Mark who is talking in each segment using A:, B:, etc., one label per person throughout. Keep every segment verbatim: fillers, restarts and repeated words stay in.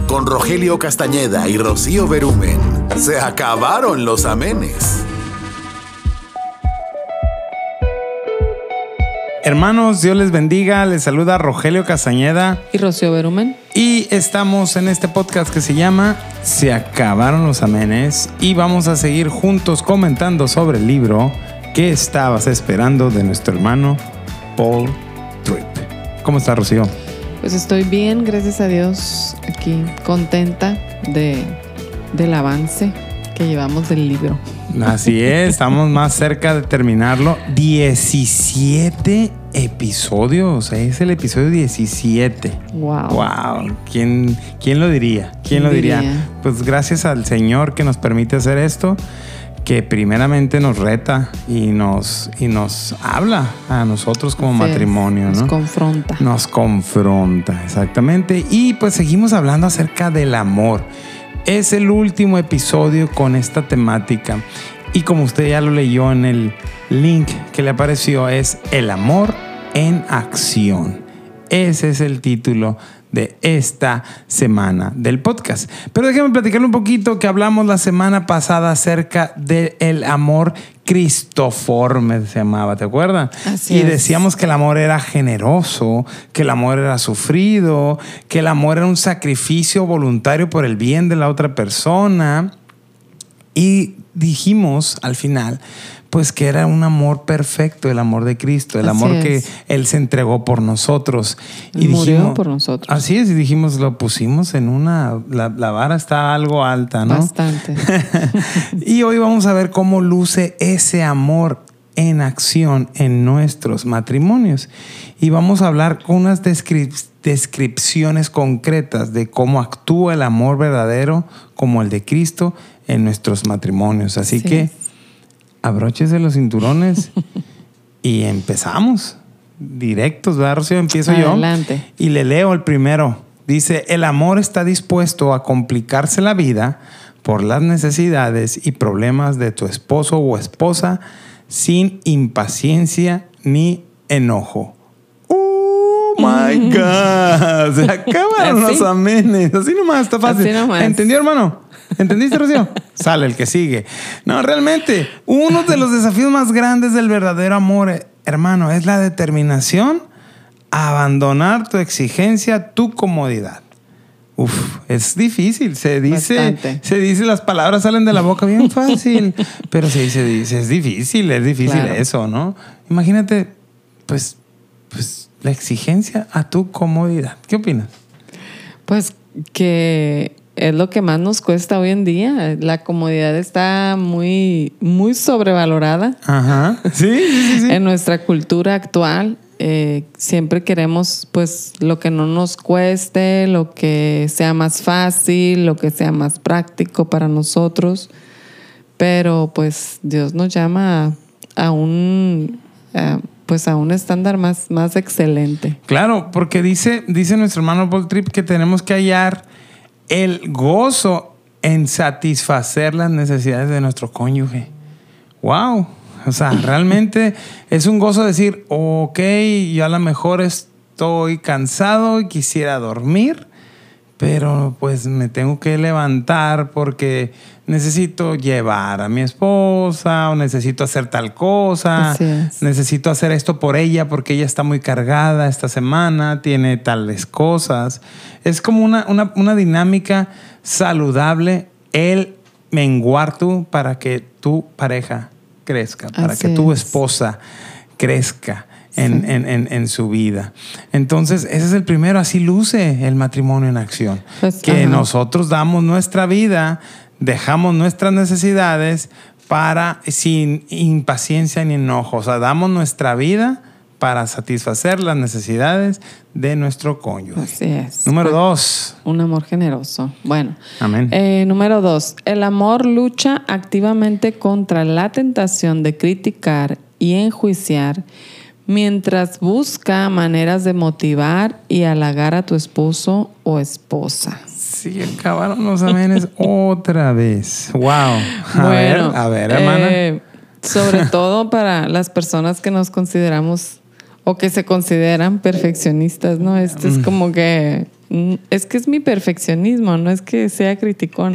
A: con Rogelio Castañeda y Rocío Berumen. Se acabaron los amenes.
B: Hermanos, Dios les bendiga. Les saluda Rogelio Castañeda
C: y Rocío Berumen.
B: Y estamos en este podcast que se llama Se acabaron los amenes. Y vamos a seguir juntos comentando sobre el libro ¿Qué estabas esperando? De nuestro hermano Paul Tripp. ¿Cómo está, Rocío?
C: Pues estoy bien, gracias a Dios. Aquí contenta de, del avance que llevamos del libro.
B: Así es, estamos más cerca de terminarlo. diecisiete episodios, es el episodio diecisiete.
C: Wow.
B: Wow. ¿Quién, quién lo diría? ¿Quién, ¿Quién lo diría? diría? Pues gracias al Señor que nos permite hacer esto, que primeramente nos reta y nos, y nos habla a nosotros como sí, matrimonio,
C: nos
B: ¿no?
C: Nos confronta.
B: Nos confronta, exactamente. Y pues seguimos hablando acerca del amor. Es el último episodio con esta temática. Y como usted ya lo leyó en el link que le apareció, es El amor en acción. Ese es el título de esta semana del podcast. Pero déjeme platicarle un poquito que hablamos la semana pasada acerca del amor cristoforme, se llamaba, ¿te acuerdas?
C: Así
B: y
C: es.
B: Decíamos que el amor era generoso, que el amor era sufrido, que el amor era un sacrificio voluntario por el bien de la otra persona. Y dijimos al final, pues que era un amor perfecto, el amor de Cristo, el
C: así
B: amor
C: es.
B: que Él se entregó por nosotros.
C: Y
B: y
C: murió
B: dijimos,
C: por nosotros.
B: Así es, y dijimos, lo pusimos en una, la, la vara está algo alta, ¿no?
C: Bastante.
B: Y hoy vamos a ver cómo luce ese amor en acción en nuestros matrimonios. Y vamos a hablar con unas descrip- descripciones concretas de cómo actúa el amor verdadero como el de Cristo en nuestros matrimonios. Así
C: sí.
B: que abróchese los cinturones y empezamos. Directos, ¿verdad, Rocío? Empiezo
C: Adelante.
B: yo. Y le leo el primero. Dice, el amor está dispuesto a complicarse la vida por las necesidades y problemas de tu esposo o esposa sin impaciencia ni enojo. ¡Oh, my God! Se acabaron los amenes. Así nomás, está fácil.
C: Así nomás.
B: ¿Entendió, hermano? ¿Entendiste, Rocío? Sale el que sigue. No, realmente, uno de los desafíos más grandes del verdadero amor, hermano, es la determinación a abandonar tu exigencia, tu comodidad. Uf, es difícil. Se dice,
C: Bastante.
B: se dice, las palabras salen de la boca bien fácil, pero se dice, dice, es difícil, es difícil
C: claro.
B: eso, ¿no? Imagínate, pues, pues, la exigencia a tu comodidad. ¿Qué opinas?
C: Pues que es lo que más nos cuesta hoy en día. La comodidad está muy, muy sobrevalorada.
B: Ajá. Sí, sí, sí, sí.
C: En nuestra cultura actual. Eh, siempre queremos pues lo que no nos cueste, lo que sea más fácil, lo que sea más práctico para nosotros. Pero pues Dios nos llama a, a un a, pues a un estándar más, más excelente.
B: Claro, porque dice, dice nuestro hermano Paul Tripp que tenemos que hallar el gozo en satisfacer las necesidades de nuestro cónyuge. ¡Wow! O sea, realmente es un gozo decir, ok, yo a lo mejor estoy cansado y quisiera dormir, pero pues me tengo que levantar porque necesito llevar a mi esposa o necesito hacer tal cosa.
C: Así es.
B: Necesito hacer esto por ella porque ella está muy cargada esta semana, tiene tales cosas. Es como una, una, una dinámica saludable el menguar tú para que tu pareja crezca, para
C: Así
B: que tu
C: es.
B: esposa crezca en,
C: sí.
B: en, en, en su vida. Entonces, ese es el primero. Así luce el matrimonio en acción.
C: Pues,
B: que
C: ajá.
B: nosotros damos nuestra vida, dejamos nuestras necesidades para, sin impaciencia ni enojo. O sea, damos nuestra vida para satisfacer las necesidades de nuestro cónyuge.
C: Así es.
B: Número dos.
C: Un amor generoso. Bueno.
B: Amén.
C: Eh, número dos. El amor lucha activamente contra la tentación de criticar y enjuiciar mientras busca maneras de motivar y halagar a tu esposo o esposa.
B: Sí, acabaron los amenes otra vez. Wow. A
C: Bueno,
B: ver, a ver, hermana.
C: Eh, sobre todo para las personas que nos consideramos o que se consideran perfeccionistas, ¿no? Esto es como que Es que es mi perfeccionismo, no es que sea criticona.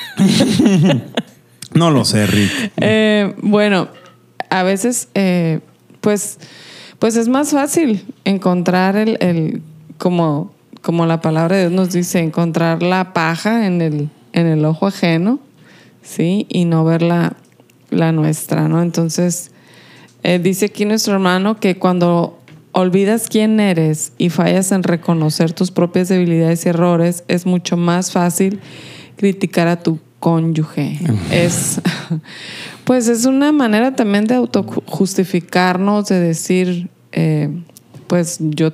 B: No lo sé, Rick.
C: Eh, bueno, a veces, eh, pues, pues es más fácil encontrar el, el como, como la palabra de Dios nos dice, encontrar la paja en el, en el ojo ajeno, ¿sí? Y no ver la, la nuestra, ¿no? Entonces, eh, dice aquí nuestro hermano que cuando olvidas quién eres y fallas en reconocer tus propias debilidades y errores, es mucho más fácil criticar a tu cónyuge. Es, pues es una manera también de autojustificarnos, de decir, eh, pues yo,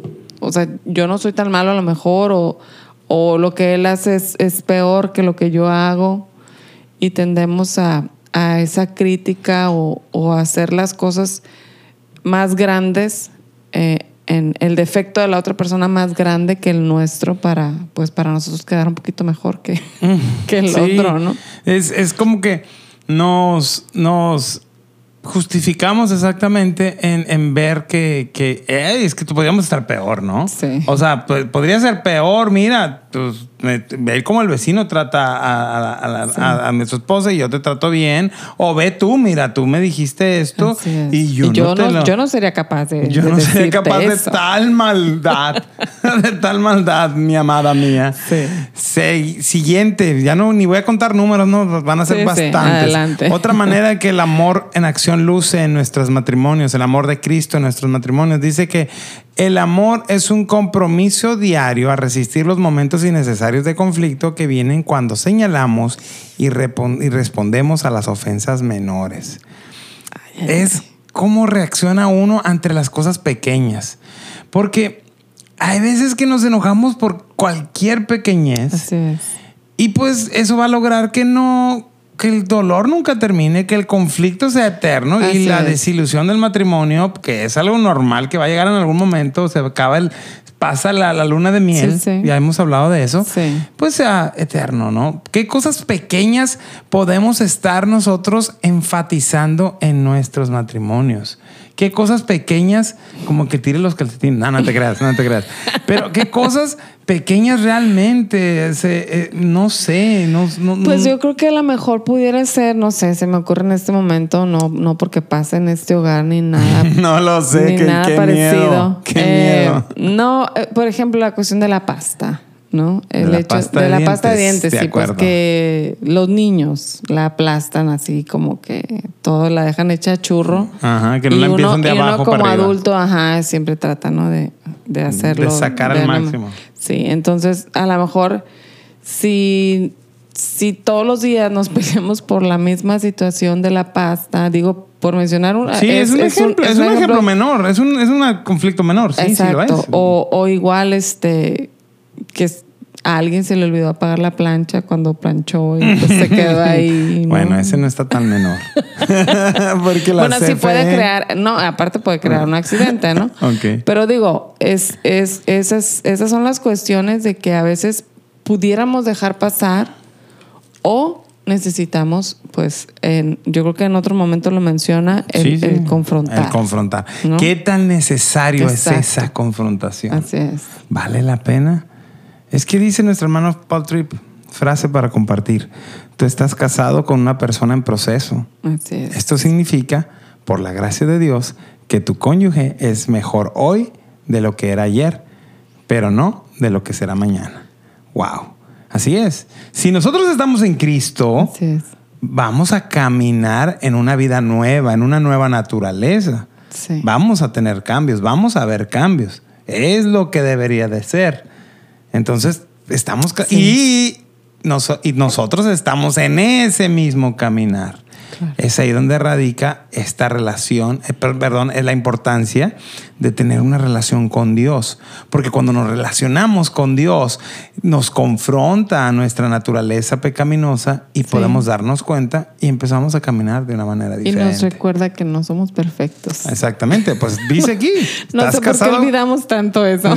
C: o sea, yo no soy tan malo a lo mejor, o, o lo que él hace es, es peor que lo que yo hago, y tendemos a, a esa crítica o, o a hacer las cosas más grandes, eh, en el defecto de la otra persona más grande que el nuestro, para, pues para nosotros quedar un poquito mejor que, que el
B: Sí.
C: otro, ¿no?
B: Es, es como que nos, nos justificamos exactamente en, en ver que, que hey, es que podríamos estar peor, ¿no?
C: Sí.
B: O sea, pues, podría ser peor. Mira, pues, me- ve cómo el vecino trata a, a, a, la-
C: Sí.
B: a- a su esposa y yo te trato bien. O ve tú, mira, tú me dijiste esto
C: Así es.
B: y yo,
C: Y yo
B: no te
C: no,
B: lo...
C: yo no sería capaz de
B: Yo
C: de
B: no sería
C: decirte
B: capaz
C: eso.
B: de tal maldad, de tal maldad, mi amada mía.
C: Sí.
B: Se- siguiente, ya no ni voy a contar números, no, van a ser
C: Sí, sí,
B: bastantes.
C: adelante.
B: Otra manera que el amor en acción luce en nuestros matrimonios, el amor de Cristo en nuestros matrimonios, dice que el amor es un compromiso diario a resistir los momentos innecesarios de conflicto que vienen cuando señalamos y, repon- y respondemos a las ofensas menores.
C: Ay, ay,
B: Es cómo reacciona uno ante las cosas pequeñas. Porque hay veces que nos enojamos por cualquier pequeñez.
C: Así es.
B: Y pues eso va a lograr que no, que el dolor nunca termine, que el conflicto sea eterno.
C: Así
B: y la
C: es.
B: desilusión del matrimonio, que es algo normal, que va a llegar en algún momento, se acaba el, pasa la, la luna de miel,
C: Sí, sí.
B: ya hemos hablado de eso,
C: Sí.
B: pues sea eterno, ¿no? ¿Qué cosas pequeñas podemos estar nosotros enfatizando en nuestros matrimonios? ¿Qué cosas pequeñas, como que tire los calcetines? No, no te creas, no te creas. Pero ¿qué cosas pequeñas realmente? Se, eh, no sé, no, no-
C: Pues
B: no-
C: yo creo que a lo mejor pudiera ser, no sé, se me ocurre en este momento, no, no porque pase en este hogar ni nada.
B: No lo sé,
C: ni
B: qué,
C: nada
B: qué
C: parecido.
B: miedo, qué
C: Eh,
B: miedo.
C: No, eh, por ejemplo, la cuestión de la pasta, ¿no? El
B: la
C: hecho
B: pasta
C: de,
B: de
C: la pasta de
B: dientes,
C: dientes,
B: de
C: sí, pues
B: acuerdo.
C: que los niños la aplastan así como que todo la dejan hecha churro.
B: Ajá, que no
C: Y
B: la
C: uno-
B: empiezan de
C: y
B: abajo
C: uno como
B: para arriba.
C: adulto, ajá, siempre trata, ¿no? De, de hacerlo.
B: De sacar al
C: una-
B: máximo.
C: Sí, entonces a lo mejor si, si todos los días nos peleamos por la misma situación de la pasta, digo, por mencionar una.
B: Sí, es, un ejemplo, es un ejemplo menor, es un, es un conflicto menor, sí,
C: Exacto.
B: sí lo es.
C: O, o igual, este, que s- a alguien se le olvidó apagar la plancha cuando planchó y pues se quedó ahí. ¿no?
B: Bueno, ese no está tan menor. Porque la
C: Bueno, sí
B: C F E
C: puede crear, no, aparte puede crear un accidente, ¿no?
B: Ok.
C: Pero digo, es, es, esas, esas son las cuestiones de que a veces pudiéramos dejar pasar o necesitamos, pues, en, yo creo que en otro momento lo menciona, el,
B: Sí, sí.
C: el confrontar.
B: El confrontar.
C: ¿No?
B: ¿Qué tan necesario
C: Exacto.
B: es esa confrontación?
C: Así es.
B: ¿Vale la pena? Es que dice nuestro hermano Paul Tripp, frase para compartir. Tú estás casado con una persona en proceso.
C: Así es.
B: Esto significa, por la gracia de Dios, que tu cónyuge es mejor hoy de lo que era ayer, pero no de lo que será mañana. ¡Wow! Así es. Si nosotros estamos en Cristo,
C: Así es.
B: vamos a caminar en una vida nueva, en una nueva naturaleza.
C: Sí.
B: Vamos a tener cambios, vamos a ver cambios. Es lo que debería de ser. Entonces, estamos... ca-
C: Sí.
B: Y, nos- y nosotros estamos en ese mismo caminar.
C: Claro.
B: Es ahí donde radica esta relación, eh, per- perdón, es la importancia de tener una relación con Dios. Porque cuando nos relacionamos con Dios, nos confronta a nuestra naturaleza pecaminosa y
C: Sí.
B: podemos darnos cuenta y empezamos a caminar de una manera
C: Y
B: diferente.
C: nos recuerda que no somos perfectos.
B: Exactamente, pues dice aquí.
C: No
B: ¿Estás
C: sé por qué
B: casado?
C: olvidamos tanto eso.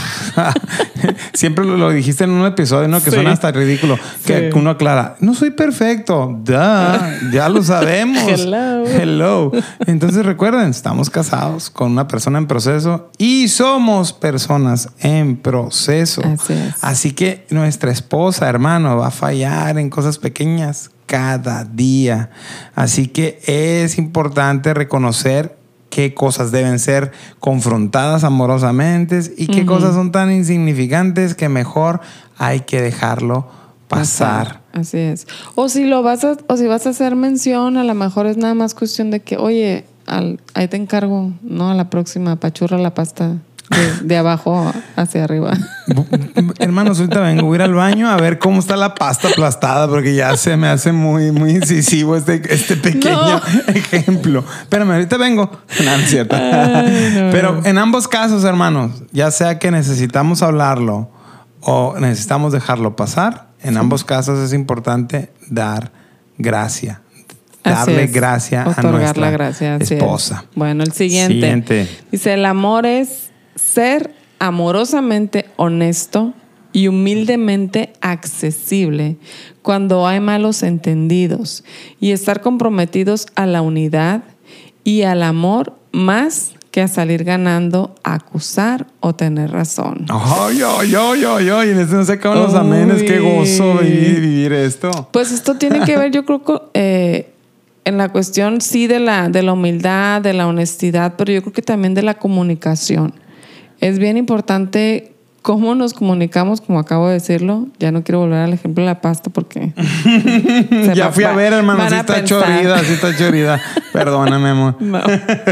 B: Siempre lo, lo dijiste en un episodio, ¿no? Que
C: Sí.
B: suena hasta ridículo. Que
C: Sí.
B: uno aclara, no soy perfecto. Duh, ya lo sabemos.
C: Hello.
B: Hello. Entonces recuerden, estamos casados con una persona en proceso y somos personas en proceso.
C: Así es.
B: Así que nuestra esposa, hermano, va a fallar en cosas pequeñas cada día. Así que es importante reconocer qué cosas deben ser confrontadas amorosamente y qué uh-huh. cosas son tan insignificantes que mejor hay que dejarlo pasar.
C: Así es. O si lo vas a, o si vas a hacer mención, a lo mejor es nada más cuestión de que, oye, al, ahí te encargo, ¿no? A la próxima, pachurra la pasta de, de abajo hacia arriba.
B: Hermanos, ahorita vengo, voy a ir al baño a ver cómo está la pasta aplastada, porque ya se me hace muy, muy incisivo este, este pequeño no. ejemplo. Espérame, ahorita vengo. No, no es cierto. Ay, no. Pero en ambos casos, hermanos, ya sea que necesitamos hablarlo o necesitamos dejarlo pasar, en sí. ambos casos es importante dar gracia. Darle gracia a nuestra
C: gracia,
B: esposa.
C: Es. Bueno, el siguiente.
B: siguiente.
C: Dice, el amor es ser amorosamente honesto y humildemente accesible cuando hay malos entendidos y estar comprometidos a la unidad y al amor más que a salir ganando, acusar o tener razón.
B: Ay, ay, ay, ay, ay. En este no se acaban los amenes. Qué gozo vivir, vivir esto.
C: Pues esto tiene que ver, yo creo que eh, en la cuestión sí de la, de la humildad, de la honestidad, pero yo creo que también de la comunicación. Es bien importante cómo nos comunicamos, como acabo de decirlo. Ya no quiero volver al ejemplo de la pasta porque...
B: ya fui a ver, hermano. Sí está chorrida, sí está chorrida. Perdóname, amor.
C: No.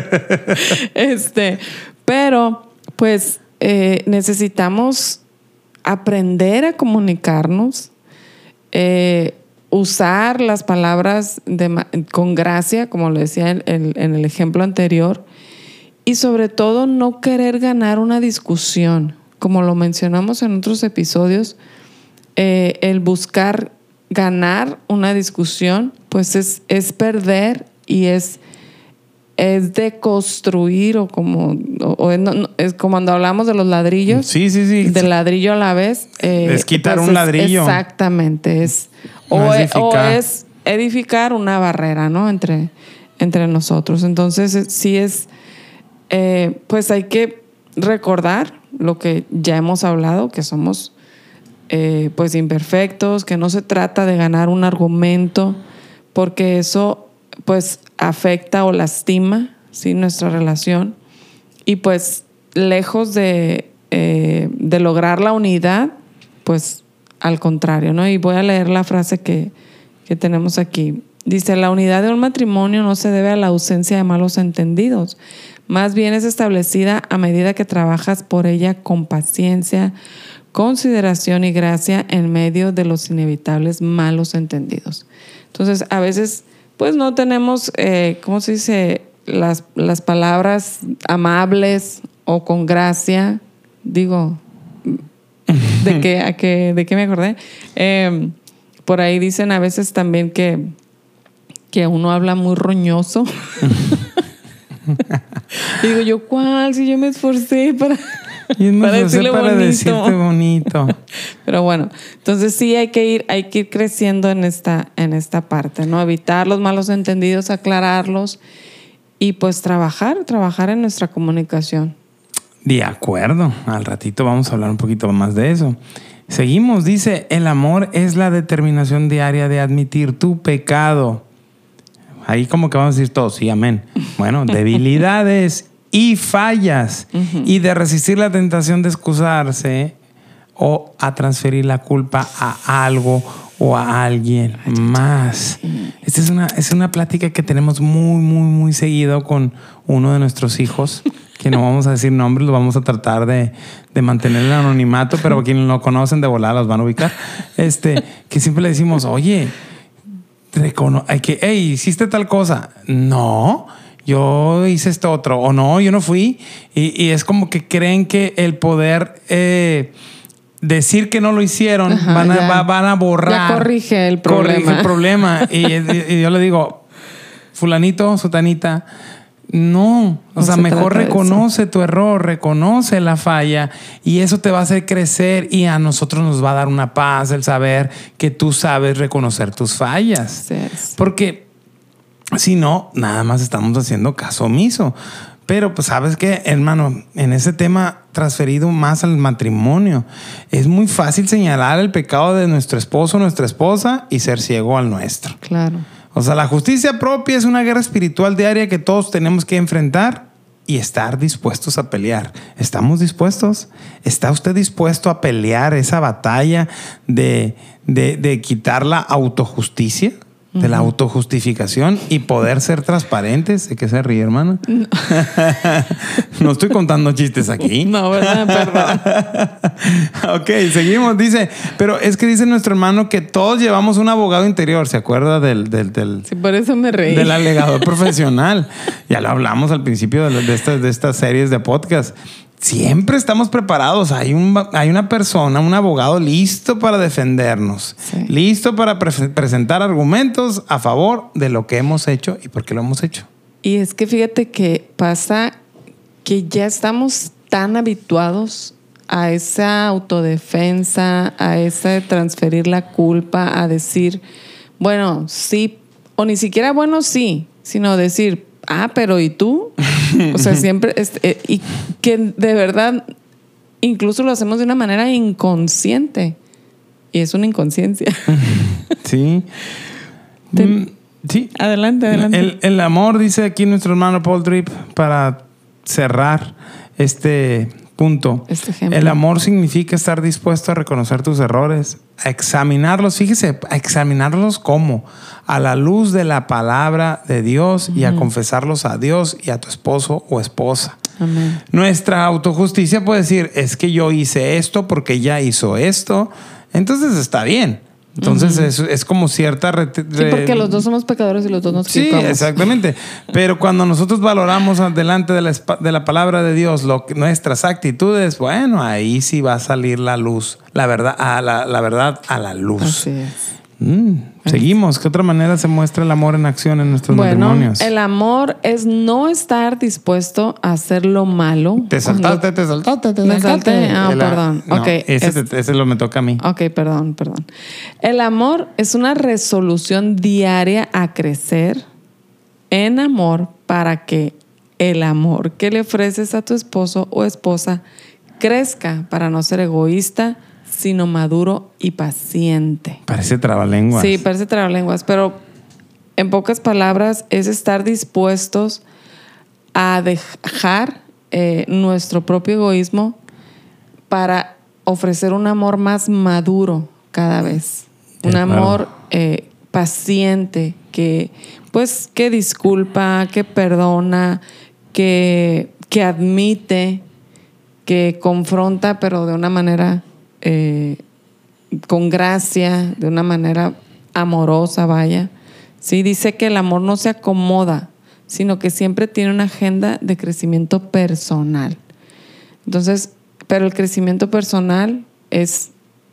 C: Este, pero, pues, eh, necesitamos aprender a comunicarnos, eh, usar las palabras de, con gracia, como lo decía en, en, en el ejemplo anterior, y sobre todo no querer ganar una discusión. Como lo mencionamos en otros episodios, eh, el buscar ganar una discusión, pues es, es perder y es, es deconstruir o como, o, o es, no, es como cuando hablamos de los ladrillos.
B: Sí, sí, sí.
C: De ladrillo a la vez. Eh,
B: es quitar
C: pues
B: un
C: es,
B: ladrillo.
C: Exactamente. Es,
B: no
C: o,
B: es
C: es, o es edificar una barrera, ¿no? Entre, entre nosotros. Entonces, sí es, eh, pues hay que recordar lo que ya hemos hablado, que somos eh, pues imperfectos, que no se trata de ganar un argumento, porque eso pues afecta o lastima, ¿sí?, nuestra relación. Y pues lejos de, eh, de lograr la unidad, pues al contrario, ¿no? Y voy a leer la frase que, que tenemos aquí. Dice, la unidad de un matrimonio no se debe a la ausencia de malos entendidos. Más bien es establecida a medida que trabajas por ella con paciencia, consideración y gracia en medio de los inevitables malos entendidos. Entonces, a veces, pues no tenemos, eh, ¿cómo se dice? Las, las palabras amables o con gracia. Digo, ¿de qué, a qué, de qué me acordé? Eh, por ahí dicen a veces también que, que uno habla muy roñoso. Y digo yo, ¿cuál? Si yo me esforcé para,
B: me
C: para
B: esforcé
C: decirle
B: para
C: bonito.
B: decirte bonito.
C: Pero bueno, entonces sí hay que ir, hay que ir creciendo en esta, en esta parte, ¿no? Evitar los malos entendidos, aclararlos y pues trabajar, trabajar en nuestra comunicación.
B: De acuerdo. Al ratito vamos a hablar un poquito más de eso. Seguimos. Dice, el amor es la determinación diaria de admitir tu pecado. Ahí como que vamos a decir todos, sí, amén. Bueno, debilidades y fallas. Uh-huh. Y de resistir la tentación de excusarse o a transferir la culpa a algo o a alguien más. Esta es una, es una plática que tenemos muy, muy, muy seguido con uno de nuestros hijos, que no vamos a decir nombres, lo vamos a tratar de, de mantener el anonimato, pero quienes lo conocen de volada los van a ubicar. Este, que siempre le decimos, oye, recono- hay que, hey, hiciste tal cosa. No, yo hice esto otro. O no, yo no fui. Y, y es como que creen que el poder eh, decir que no lo hicieron, Ajá, van, a, va, van a borrar.
C: Ya corrige el problema.
B: Corrige el problema. y, y, y yo le digo, fulanito, sutanita, no, o no sea, mejor reconoce tu error, reconoce la falla y eso te va a hacer crecer y a nosotros nos va a dar una paz el saber que tú sabes reconocer tus fallas.
C: Sí, sí.
B: Porque si no, nada más estamos haciendo caso omiso. Pero pues sabes qué, hermano, en ese tema transferido más al matrimonio, es muy fácil señalar el pecado de nuestro esposo o nuestra esposa y ser ciego al nuestro.
C: Claro.
B: O sea, la justicia propia es una guerra espiritual diaria que todos tenemos que enfrentar y estar dispuestos a pelear. ¿Estamos dispuestos? ¿Está usted dispuesto a pelear esa batalla de, de, de quitar la autojusticia? De la autojustificación y poder ser transparentes. ¿De qué se ríe, hermana? No. No estoy contando chistes aquí.
C: No, ¿verdad? Perdón.
B: Ok, seguimos. Dice, pero es que dice nuestro hermano que todos llevamos un abogado interior. ¿Se acuerda del... del, del
C: sí, por eso me reí.
B: Del alegador profesional. Ya lo hablamos al principio de, de, estas, de estas series de podcast. Siempre estamos preparados. Hay, un, hay una persona, un abogado listo para defendernos, sí. listo para pre- presentar argumentos a favor de lo que hemos hecho y por qué lo hemos hecho.
C: Y es que fíjate que pasa que ya estamos tan habituados a esa autodefensa, a ese transferir la culpa, a decir, bueno, sí, o ni siquiera bueno, sí, sino decir, ah, pero ¿y tú? O sea, siempre... Este, y que de verdad incluso lo hacemos de una manera inconsciente. Y es una inconsciencia.
B: Sí. Te, mm, sí.
C: Adelante, adelante.
B: El, el amor, dice aquí nuestro hermano Paul Tripp, para cerrar este punto.
C: Este ejemplo.
B: El amor significa estar dispuesto a reconocer tus errores, a examinarlos. Fíjese, a examinarlos ¿cómo? A la luz de la palabra de Dios, uh-huh, y a confesarlos a Dios y a tu esposo o esposa.
C: Amén.
B: Nuestra autojusticia puede decir, es que yo hice esto porque ella hizo esto. Entonces está bien. Entonces uh-huh, es, es como cierta... Re-
C: sí, porque los dos somos pecadores y los dos nos equivocamos.
B: Sí, exactamente. Pero cuando nosotros valoramos delante de la, de la palabra de Dios lo, nuestras actitudes, bueno, ahí sí va a salir la luz. La verdad a la, la verdad a la luz.
C: Así es.
B: Mm, seguimos. ¿Qué otra manera se muestra el amor en acción en nuestros
C: bueno,
B: matrimonios?
C: El amor es no estar dispuesto a hacer lo malo.
B: Te saltaste, te saltaste, te
C: me
B: saltaste.
C: salté. Ah,
B: El,
C: perdón.
B: no,
C: okay,
B: ese,
C: es,
B: ese lo me toca a mí.
C: Ok, perdón, perdón. El amor es una resolución diaria a crecer en amor para que el amor que le ofreces a tu esposo o esposa crezca para no ser egoísta, sino maduro y paciente.
B: Parece trabalenguas.
C: Sí, parece trabalenguas, pero en pocas palabras es estar dispuestos a dejar eh, nuestro propio egoísmo para ofrecer un amor más maduro cada vez. Un
B: claro.
C: amor eh, paciente, que pues que disculpa, que perdona, que, que admite, que confronta, pero de una manera... Eh, con gracia, de una manera amorosa, vaya. Sí, dice que el amor no se acomoda, sino que siempre tiene una agenda de crecimiento personal. Entonces, pero el crecimiento personal es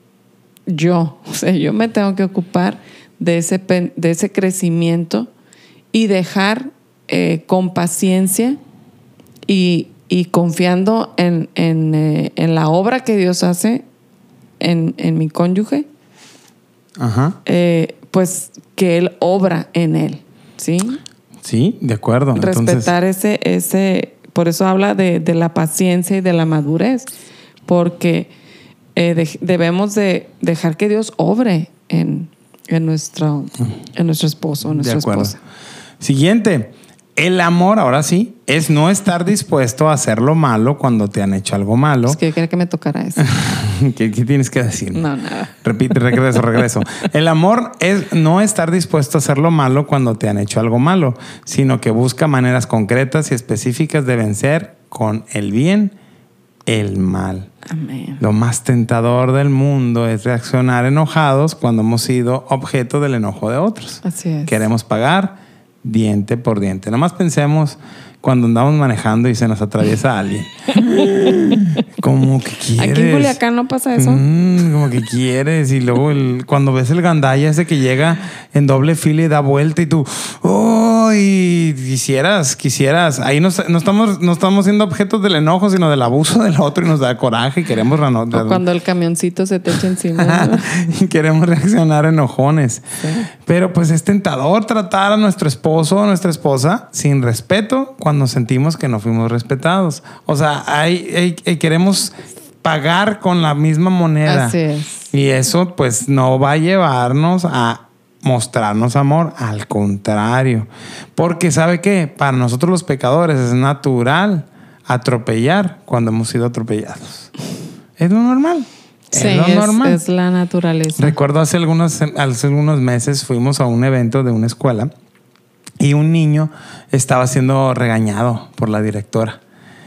C: yo. O sea, yo me tengo que ocupar de ese, de ese crecimiento y dejar eh, con paciencia y, y confiando en, en, eh, en la obra que Dios hace En, en mi cónyuge,
B: ajá,
C: eh, pues que él obra en él, ¿sí?
B: Sí, de acuerdo.
C: Respetar Entonces... ese, ese, por eso habla de, de la paciencia y de la madurez, porque eh, de, debemos de dejar que Dios obre en, en, nuestro, en nuestro esposo, en nuestra esposa.
B: Siguiente. El amor, ahora sí, es no estar dispuesto a hacer lo malo cuando te han hecho algo malo.
C: Es que yo quería que me tocara eso.
B: ¿Qué, ¿Qué tienes que decir?
C: No, nada.
B: Repite, regreso, regreso. El amor es no estar dispuesto a hacer lo malo cuando te han hecho algo malo, sino que busca maneras concretas y específicas de vencer con el bien el mal.
C: Amén.
B: Lo más tentador del mundo es reaccionar enojados cuando hemos sido objeto del enojo de otros.
C: Así es.
B: Queremos pagar diente por diente. Nomás pensemos cuando andamos manejando y se nos atraviesa alguien. Como que quieres.
C: Aquí en Culiacán no pasa eso.
B: Mm, como que quieres. Y luego el, cuando ves el gandalla ese que llega en doble fila y da vuelta y tú, ¡oh! Ay, quisieras, quisieras. Ahí no, no, estamos, no estamos siendo objetos del enojo, sino del abuso del otro y nos da coraje y queremos...
C: O cuando el camioncito se te echa encima, ¿no?
B: Y queremos reaccionar enojones. Sí. Pero pues es tentador tratar a nuestro esposo o nuestra esposa sin respeto cuando sentimos que no fuimos respetados. O sea, hay, hay, hay, queremos pagar con la misma moneda.
C: Así es.
B: Y eso pues no va a llevarnos a mostrarnos amor, al contrario. Porque ¿sabe qué? Para nosotros los pecadores es natural atropellar cuando hemos sido atropellados. Es lo normal.
C: Sí,
B: es lo
C: es,
B: normal.
C: Es la naturaleza.
B: Recuerdo hace algunos, hace algunos meses fuimos a un evento de una escuela y un niño estaba siendo regañado por la directora.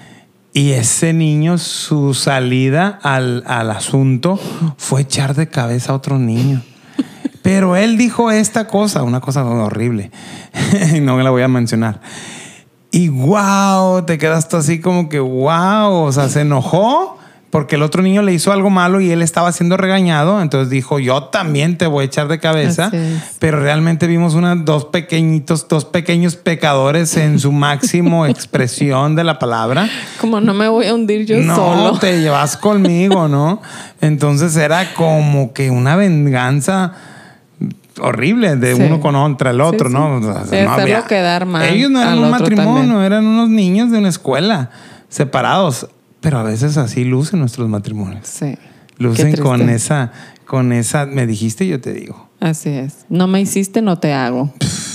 B: Y ese niño, su salida al, al asunto fue echar de cabeza a otro niño. Pero él dijo esta cosa, una cosa horrible. Y no me la voy a mencionar. Y wow, te quedas tú así como que wow. O sea, se enojó porque el otro niño le hizo algo malo y él estaba siendo regañado. Entonces dijo, yo también te voy a echar de cabeza. Pero realmente vimos unas dos pequeñitos, dos pequeños pecadores en su máximo expresión de la palabra.
C: Como no me voy a hundir yo
B: no,
C: solo.
B: No, te llevas conmigo, ¿no? Entonces era como que una venganza horrible de sí. uno contra el otro,
C: sí,
B: ¿no?
C: Sí.
B: O sea,
C: sí,
B: no había...
C: quedar mal.
B: Ellos no eran un matrimonio, también. Eran unos niños de una escuela separados. Pero a veces así lucen nuestros matrimonios.
C: Sí.
B: Lucen con esa, con esa, me dijiste y yo te digo.
C: Así es. No me hiciste, no te hago.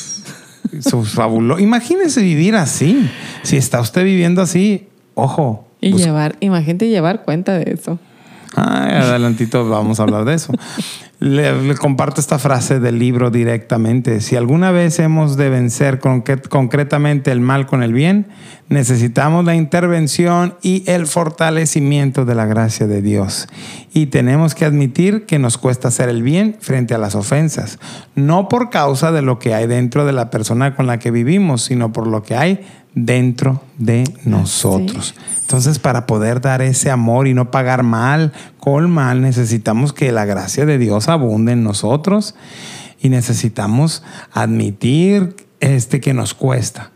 B: Sus fabuloso. Imagínese vivir así. Si está usted viviendo así, ojo.
C: Y pues, llevar, imagínate llevar cuenta de eso.
B: Ay, adelantito vamos a hablar de eso. Le, le comparto esta frase del libro directamente. Si alguna vez hemos de vencer concret- concretamente el mal con el bien, necesitamos la intervención y el fortalecimiento de la gracia de Dios. Y tenemos que admitir que nos cuesta hacer el bien frente a las ofensas, no por causa de lo que hay dentro de la persona con la que vivimos, sino por lo que hay dentro de nosotros. Sí. Entonces, para poder dar ese amor y no pagar mal con mal, necesitamos que la gracia de Dios abunde en nosotros y necesitamos admitir este que nos cuesta.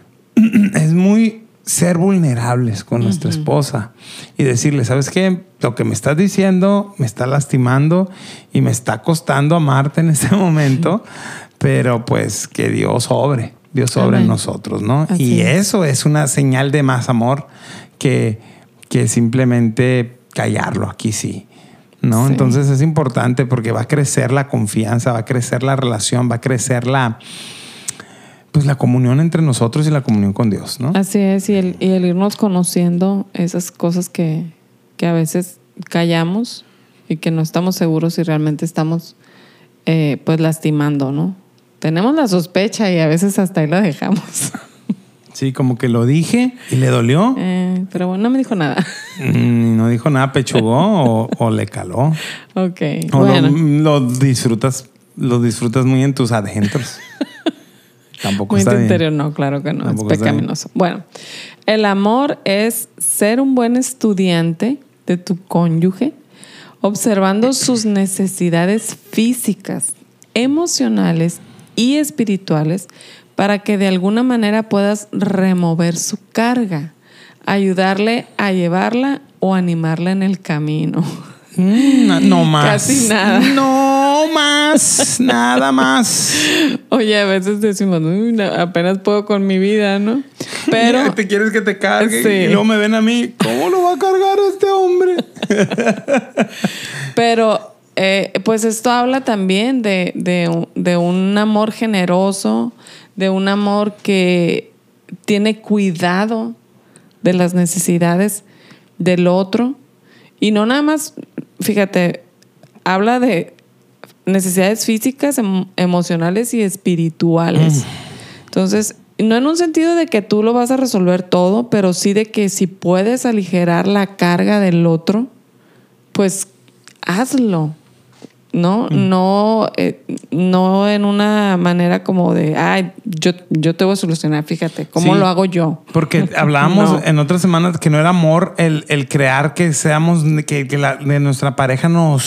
B: Es muy ser vulnerables con nuestra uh-huh. esposa y decirle, ¿sabes qué? Lo que me estás diciendo me está lastimando y me está costando amarte en este momento, pero pues que Dios obre. Dios obra en nosotros, ¿no? Así y es. Eso es una señal de más amor que, que simplemente callarlo. Aquí sí, ¿no? Sí. Entonces es importante porque va a crecer la confianza, va a crecer la relación, va a crecer la, pues la comunión entre nosotros y la comunión con Dios, ¿no?
C: Así es, y el, y el irnos conociendo esas cosas que, que a veces callamos y que no estamos seguros si realmente estamos eh, pues lastimando, ¿no? Tenemos la sospecha y a veces hasta ahí la dejamos.
B: Sí, como que lo dije y le dolió.
C: Eh, pero bueno, no me dijo nada.
B: Mm, no dijo nada, pechugó o, o le caló.
C: Ok,
B: o
C: bueno.
B: Lo, lo disfrutas, lo disfrutas muy en tus adentros. Tampoco
C: muy
B: está bien.
C: Muy interior, no, claro que no.
B: Tampoco
C: es pecaminoso. Bueno, el amor es ser un buen estudiante de tu cónyuge, observando sus necesidades físicas, emocionales y espirituales para que de alguna manera puedas remover su carga, ayudarle a llevarla o animarla en el camino.
B: No, no más.
C: Casi nada.
B: No más. Nada más.
C: Oye, a veces decimos, uy, no, apenas puedo con mi vida, ¿no?
B: Pero te quieres que te cargue sí. Y luego me ven a mí. ¿Cómo lo va a cargar este hombre?
C: Pero Eh, pues esto habla también de, de, de un amor generoso, de un amor que tiene cuidado de las necesidades del otro. Y no nada más, fíjate, habla de necesidades físicas, em- emocionales y espirituales. Mm. Entonces, no en un sentido de que tú lo vas a resolver todo, pero sí de que si puedes aligerar la carga del otro, pues hazlo. No, mm. no, eh, no en una manera como de, ay, yo, yo te voy a solucionar, fíjate, ¿cómo sí, lo hago yo?
B: Porque hablábamos no. en otras semanas que no era amor el, el crear que seamos, que, que la, de nuestra pareja nos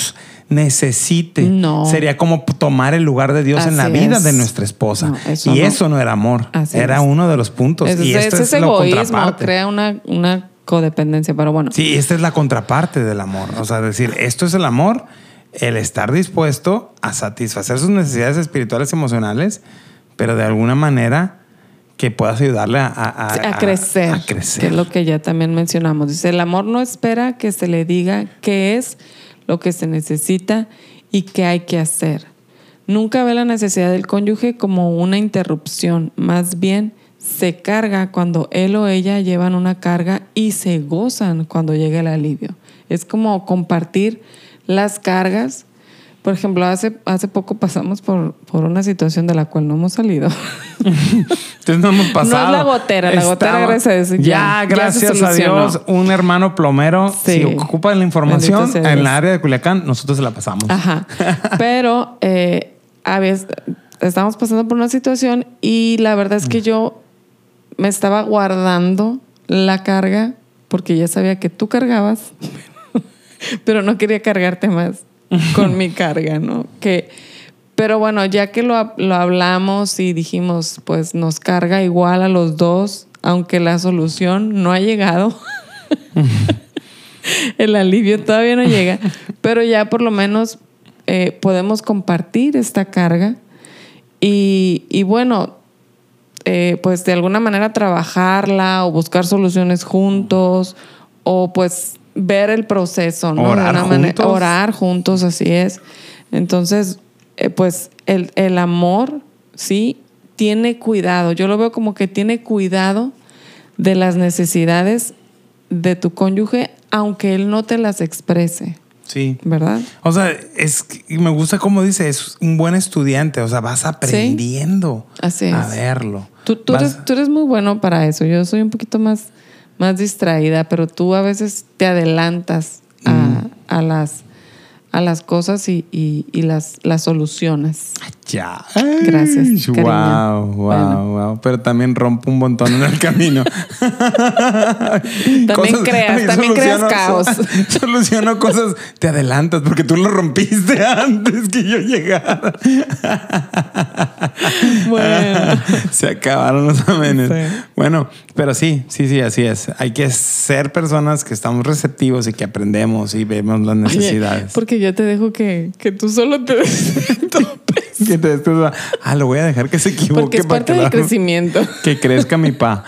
B: necesite.
C: No.
B: Sería como tomar el lugar de Dios
C: Así
B: en la vida
C: es.
B: de nuestra esposa.
C: No, eso
B: y
C: no.
B: eso no era amor.
C: Así
B: era
C: es.
B: uno de los puntos.
C: Ese,
B: y esto
C: ese
B: es,
C: es
B: lo
C: egoísmo,
B: contraparte.
C: crea una, una codependencia, pero bueno.
B: Sí, esta es la contraparte del amor. O sea, decir, esto es el amor, el estar dispuesto a satisfacer sus necesidades espirituales y emocionales, pero de alguna manera que puedas ayudarle a, a,
C: a, a crecer,
B: a crecer.
C: que es lo que ya también mencionamos. Dice, el amor no espera que se le diga qué es lo que se necesita y qué hay que hacer. Nunca ve la necesidad del cónyuge como una interrupción, más bien se carga cuando él o ella llevan una carga y se gozan cuando llega el alivio. Es como compartir las cargas. Por ejemplo, hace, hace poco pasamos por, por una situación de la cual no hemos salido.
B: Entonces no hemos pasado.
C: No es la gotera, la
B: Estaba,
C: gotera, gracias a Dios.
B: Ya,
C: Ya,
B: gracias
C: ya se
B: a Dios, un hermano plomero,
C: Sí.
B: si ocupa la información
C: Bendito sea
B: en
C: Dios.
B: la área de Culiacán, nosotros se la pasamos.
C: Ajá. Pero eh, a veces estábamos pasando por una situación y la verdad es que yo me estaba guardando la carga porque ya sabía que tú cargabas, pero no quería cargarte más con mi carga, ¿no? Que, pero bueno, ya que lo, lo hablamos y dijimos, pues nos carga igual a los dos, aunque la solución no ha llegado. El alivio todavía no llega, pero ya por lo menos eh, podemos compartir esta carga y, y bueno, eh, pues de alguna manera trabajarla o buscar soluciones juntos o pues ver el proceso, ¿no?
B: Orar
C: de una
B: juntos.
C: manera, orar juntos, así es. Entonces, eh, pues el, el amor, sí, tiene cuidado. Yo lo veo como que tiene cuidado de las necesidades de tu cónyuge, aunque él no te las exprese.
B: Sí.
C: ¿Verdad?
B: O sea, es que me gusta como dice, es un buen estudiante. O sea, vas aprendiendo
C: Así es.
B: a verlo.
C: Tú, tú,
B: Vas-
C: eres, tú eres muy bueno para eso. Yo soy un poquito más, más distraída, pero tú a veces te adelantas a,
B: Mm.
C: a las, a las cosas y, y, y las, las solucionas.
B: Ya.
C: Gracias,
B: Ay,
C: cariño.
B: Wow, wow,
C: Bueno.
B: wow. Pero también rompo un montón en el camino.
C: También creas,
B: ay,
C: también creas
B: soluciono-
C: caos.
B: Soluciono cosas, te adelantas porque tú lo rompiste antes que yo llegara.
C: Bueno.
B: Se acabaron los amenes.
C: Sí.
B: Bueno, pero sí, sí, sí, así es. Hay que ser personas que estamos receptivos y que aprendemos y vemos las
C: Oye,
B: necesidades.
C: porque yo te dejo que, que tú solo te topes.
B: Que te des tu- ah, lo voy a dejar que se equivoque.
C: Porque es
B: para
C: parte
B: que
C: del
B: la-
C: crecimiento.
B: Que crezca mi pa.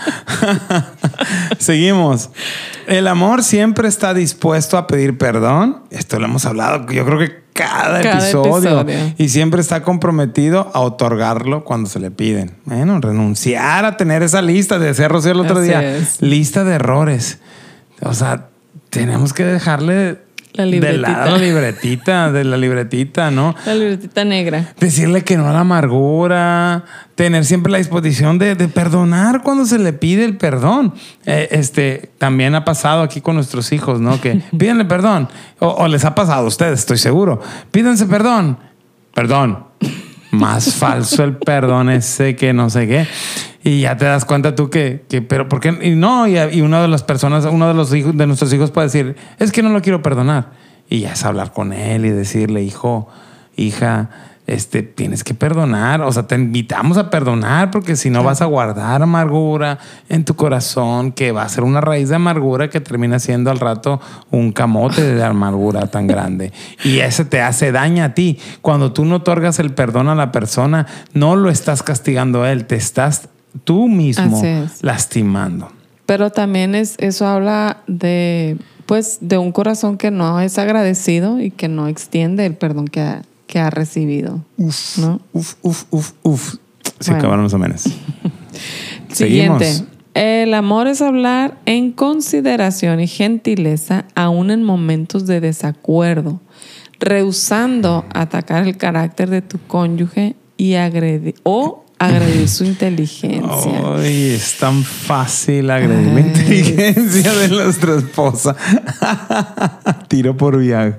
B: Seguimos. El amor siempre está dispuesto a pedir perdón. Esto lo hemos hablado, yo creo que cada,
C: Cada
B: episodio.
C: episodio.
B: Y siempre está comprometido a otorgarlo cuando se le piden. Bueno, renunciar a tener esa lista, de decía Rocío el otro
C: Así
B: día,
C: es.
B: lista de errores. O sea, tenemos que dejarle
C: La
B: de
C: libretita.
B: lado la libretita, de la libretita, ¿no?
C: La libretita negra.
B: Decirle que no a la amargura, tener siempre la disposición de, de perdonar cuando se le pide el perdón. Eh, este, también ha pasado aquí con nuestros hijos, ¿no? Que pídenle perdón. O, o les ha pasado a ustedes, estoy seguro. Pídense perdón. Perdón. Más falso el perdón ese que no sé qué. Y ya te das cuenta tú que, que pero ¿por qué? Y no, y, y una de las personas, uno de los hijos, de nuestros hijos puede decir, es que no lo quiero perdonar. Y ya es hablar con él y decirle, hijo, hija, este, tienes que perdonar. O sea, te invitamos a perdonar porque si no vas a guardar amargura en tu corazón, que va a ser una raíz de amargura que termina siendo al rato un camote de amargura tan grande. Y ese te hace daño a ti. Cuando tú no otorgas el perdón a la persona, no lo estás castigando a él, te estás tú mismo
C: Así es.
B: lastimando.
C: Pero también es, eso habla de, pues, de un corazón que no es agradecido y que no extiende el perdón que ha, que ha recibido.
B: Uf,
C: ¿No?
B: uf, uf, uf, uf. Se
C: Bueno.
B: acabaron los amenes.
C: Siguiente.
B: Seguimos.
C: El amor es hablar en consideración y gentileza aún en momentos de desacuerdo, rehusando atacar el carácter de tu cónyuge y agredir o agredir su inteligencia.
B: Ay, es tan fácil agredir la
C: Ay.
B: inteligencia de nuestra esposa. Tiro por viaje.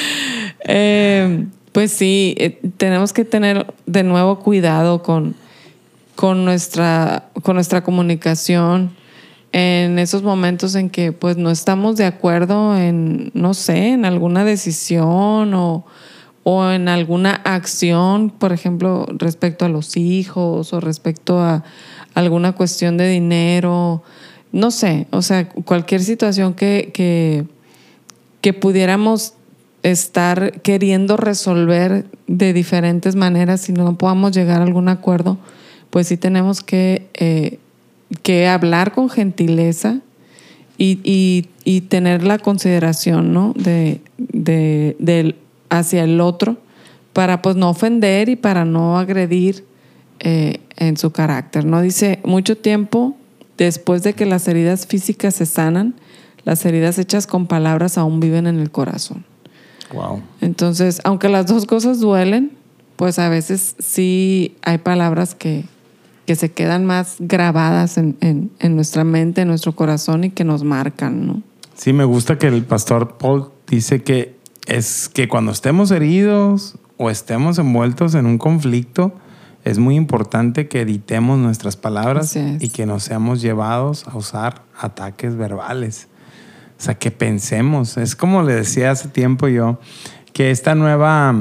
C: Eh, pues sí, eh, tenemos que tener de nuevo cuidado con, con, nuestra, con nuestra comunicación. en esos momentos en que pues no estamos de acuerdo en, no sé, en alguna decisión o, o en alguna acción, por ejemplo, respecto a los hijos o respecto a alguna cuestión de dinero, no sé, o sea, cualquier situación que, que, que pudiéramos estar queriendo resolver de diferentes maneras y no podamos llegar a algún acuerdo, pues sí tenemos que, eh, que hablar con gentileza y, y, y tener la consideración, ¿no? de, de, de hacia el otro para pues no ofender y para no agredir eh, en su carácter, ¿no? Dice, mucho tiempo después de que las heridas físicas se sanan, las heridas hechas con palabras aún viven en el corazón.
B: Wow.
C: Entonces, aunque las dos cosas duelen, pues a veces sí hay palabras que, que se quedan más grabadas en, en, en nuestra mente, en nuestro corazón y que nos marcan, ¿no?
B: Sí, me gusta que el pastor Paul dice que es que cuando estemos heridos o estemos envueltos en un conflicto, es muy importante que editemos nuestras palabras y que no seamos llevados a usar ataques verbales. O sea, que pensemos. Es como le decía hace tiempo yo, que esta nueva,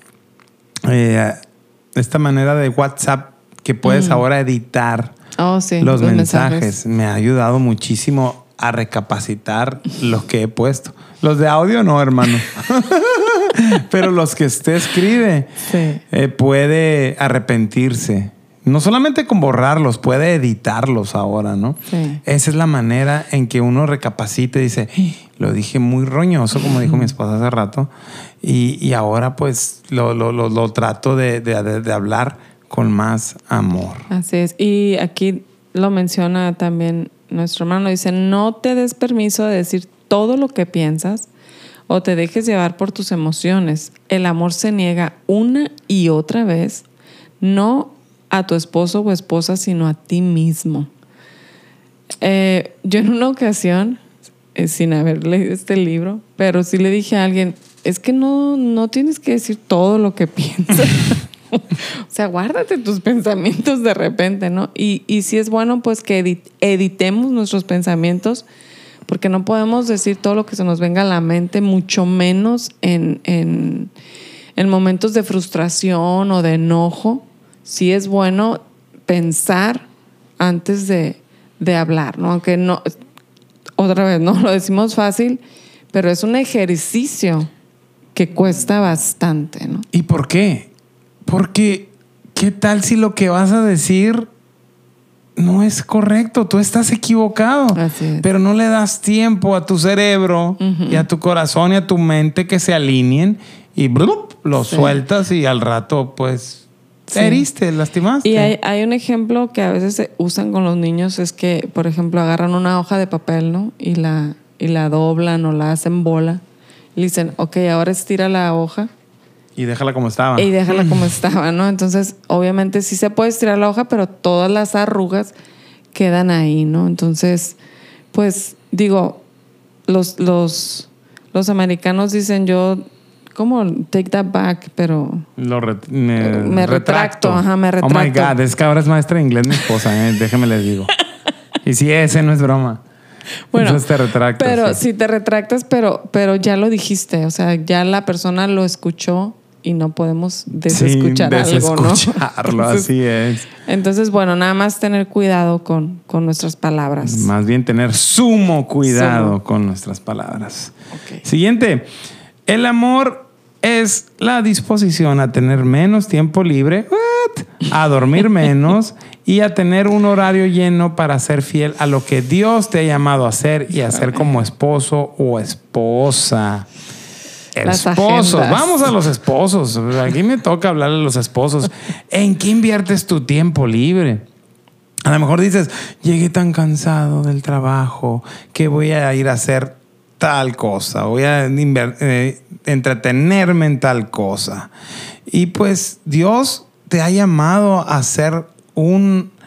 B: eh, esta manera de WhatsApp que puedes mm. ahora editar
C: oh, sí,
B: los,
C: los
B: mensajes,
C: mensajes,
B: me ha ayudado muchísimo a recapacitar los que he puesto. Los de audio no, hermano. Pero los que usted escribe, sí. eh, puede arrepentirse. No solamente con borrarlos, puede editarlos ahora, ¿no? Sí. Esa es la manera en que uno recapacita y dice, lo dije muy roñoso, como dijo mi esposa hace rato, y, y ahora pues lo, lo, lo, lo trato de, de, de hablar con más amor.
C: Así es. Y aquí lo menciona también nuestro hermano, dice, no te des permiso de decir todo lo que piensas o te dejes llevar por tus emociones. El amor se niega una y otra vez, no a tu esposo o esposa, sino a ti mismo. Eh, yo en una ocasión, eh, sin haber leído este libro, pero sí le dije a alguien, es que no, no tienes que decir todo lo que piensas. O sea, guárdate tus pensamientos de repente, ¿no? Y, y sí es bueno pues que edit, editemos nuestros pensamientos, porque no podemos decir todo lo que se nos venga a la mente, mucho menos en, en, en momentos de frustración o de enojo. Sí es bueno pensar antes de, de hablar, ¿no? Aunque no, otra vez, no lo decimos fácil, pero es un ejercicio que cuesta bastante, ¿no?
B: ¿Y por qué? Porque, ¿qué tal si lo que vas a decir no es correcto? Tú estás equivocado.
C: Así es.
B: Pero no le das tiempo a tu cerebro uh-huh. y a tu corazón y a tu mente que se alineen y ¡blup! Lo sí. sueltas y al rato, pues, te sí. heriste, lastimaste.
C: Y hay, hay un ejemplo que a veces se usan con los niños, es que, por ejemplo, agarran una hoja de papel, ¿no? Y la, y la doblan o la hacen bola. Y dicen, ok, ahora estira la hoja.
B: Y déjala como estaba.
C: Y déjala como estaba, ¿no? Entonces, obviamente sí se puede estirar la hoja, pero todas las arrugas quedan ahí, ¿no? Entonces, pues, digo, los, los, los americanos dicen yo, ¿cómo? Take that back, pero...
B: Lo re- me,
C: me retracto. retracto. Ajá, me retracto.
B: Oh my God, es que ahora es maestra de inglés mi esposa, ¿eh? Déjeme les digo. Y sí, ese no es broma.
C: Bueno,
B: entonces te retractas.
C: Pero
B: sí.
C: si te retractas, pero, pero ya lo dijiste, o sea, ya la persona lo escuchó y no podemos desescuchar
B: sí,
C: algo, ¿no?
B: Desescucharlo,
C: entonces,
B: así es.
C: Entonces, bueno, nada más tener cuidado con, con nuestras palabras.
B: Más bien tener sumo cuidado sumo. con nuestras palabras.
C: Okay.
B: Siguiente. El amor es la disposición a tener menos tiempo libre, what? a dormir menos y a tener un horario lleno para ser fiel a lo que Dios te ha llamado a hacer y a ser como esposo o esposa.
C: Las
B: esposos,
C: agendas.
B: Vamos a los esposos. Aquí me toca hablar a los esposos. ¿En qué inviertes tu tiempo libre? A lo mejor dices, llegué tan cansado del trabajo que voy a ir a hacer tal cosa, voy a inver- eh, entretenerme en tal cosa. Y pues Dios te ha llamado a ser un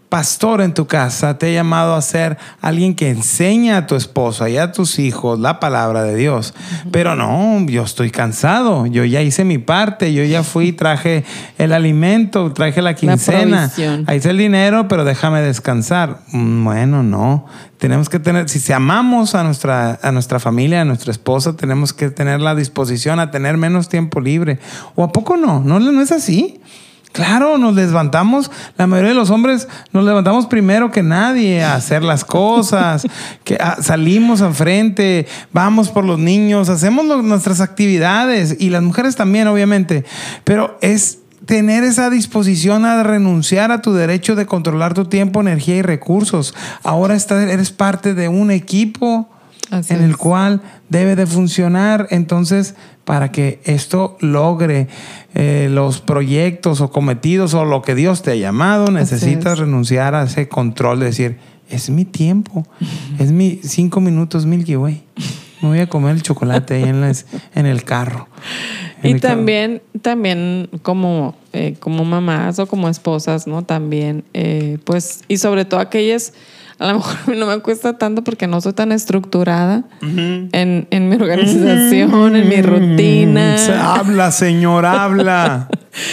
B: pastor en tu casa, te ha llamado a ser alguien que enseña a tu esposa y a tus hijos la palabra de Dios. Uh-huh. Pero no, yo estoy cansado, yo ya hice mi parte, yo ya fui, traje el alimento, traje la quincena, la hice el dinero, pero déjame descansar. Bueno, no. Tenemos que tener, si amamos a nuestra, a nuestra familia, a nuestra esposa, tenemos que tener la disposición a tener menos tiempo libre. ¿O a poco no? ¿No, no es así? Claro, nos levantamos, la mayoría de los hombres nos levantamos primero que nadie a hacer las cosas, que a, salimos al frente, vamos por los niños, hacemos lo, nuestras actividades y las mujeres también, obviamente, pero es tener esa disposición a renunciar a tu derecho de controlar tu tiempo, energía y recursos. Ahora está, eres parte de un equipo Así en es. el cual debe de funcionar. Entonces, para que esto logre eh, los proyectos o cometidos o lo que Dios te ha llamado, necesitas es. renunciar a ese control de decir, es mi tiempo, uh-huh. es mi cinco minutos Milky Way. Me voy a comer el chocolate ahí en, las, en el carro. En
C: y
B: el
C: también,
B: carro.
C: también como, eh, como mamás o como esposas, ¿no? También, eh, pues, y sobre todo aquellas, a lo mejor a mí no me cuesta tanto porque no soy tan estructurada uh-huh. en, en mi organización, uh-huh. en mi rutina.
B: Habla, señor, habla.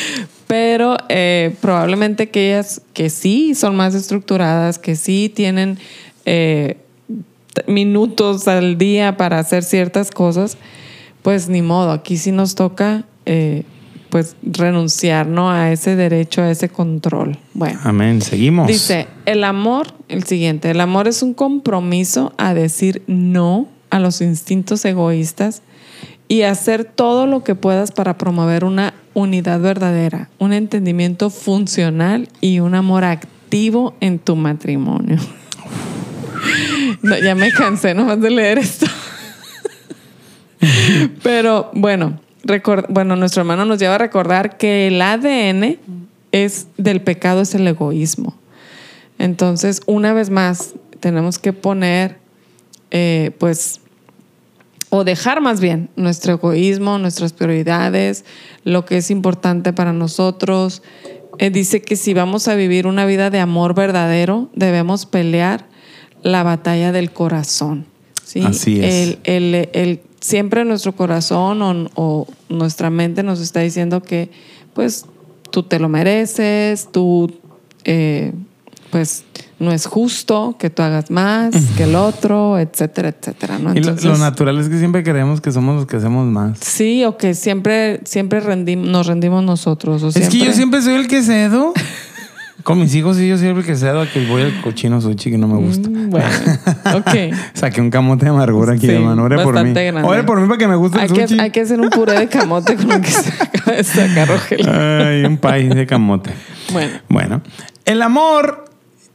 C: Pero eh, probablemente aquellas que sí son más estructuradas, que sí tienen eh, minutos al día para hacer ciertas cosas, pues ni modo, aquí sí nos toca eh, pues renunciar, ¿no? A ese derecho, a ese control. Bueno.
B: Amén. Seguimos.
C: Dice, el amor, el siguiente, el amor es un compromiso a decir no a los instintos egoístas y hacer todo lo que puedas para promover una unidad verdadera, un entendimiento funcional y un amor activo en tu matrimonio. No, ya me cansé nomás de leer esto. Pero bueno, record, bueno, nuestro hermano nos lleva a recordar que el A D N es del pecado es el egoísmo. Entonces, una vez más, tenemos que poner, eh, pues, o dejar más bien nuestro egoísmo, nuestras prioridades, lo que es importante para nosotros. Eh, dice que si vamos a vivir una vida de amor verdadero, debemos pelear la batalla del corazón. ¿Sí?
B: Así es.
C: El, el, el, siempre nuestro corazón o, o nuestra mente nos está diciendo que, pues, tú te lo mereces, tú, eh, pues, no es justo que tú hagas más que el otro, etcétera, etcétera, ¿no? Entonces,
B: y lo, lo natural es que siempre creemos que somos los que hacemos más.
C: Sí, o que siempre, siempre rendim, nos rendimos nosotros. O
B: es
C: siempre...
B: que yo siempre soy el que cedo. Con mis hijos sí, yo soy el que cedo a que voy al cochino sushi que no me gusta.
C: Mm, bueno, ok.
B: Saqué un camote de amargura aquí, sí, hermano. Ore por mí. Grande. Ore por mí para que me guste
C: hay
B: el sushi.
C: Que, hay que hacer un puré de camote con lo que se acaba de sacar, Rogelio.
B: Ay, un país de camote.
C: Bueno.
B: Bueno, el amor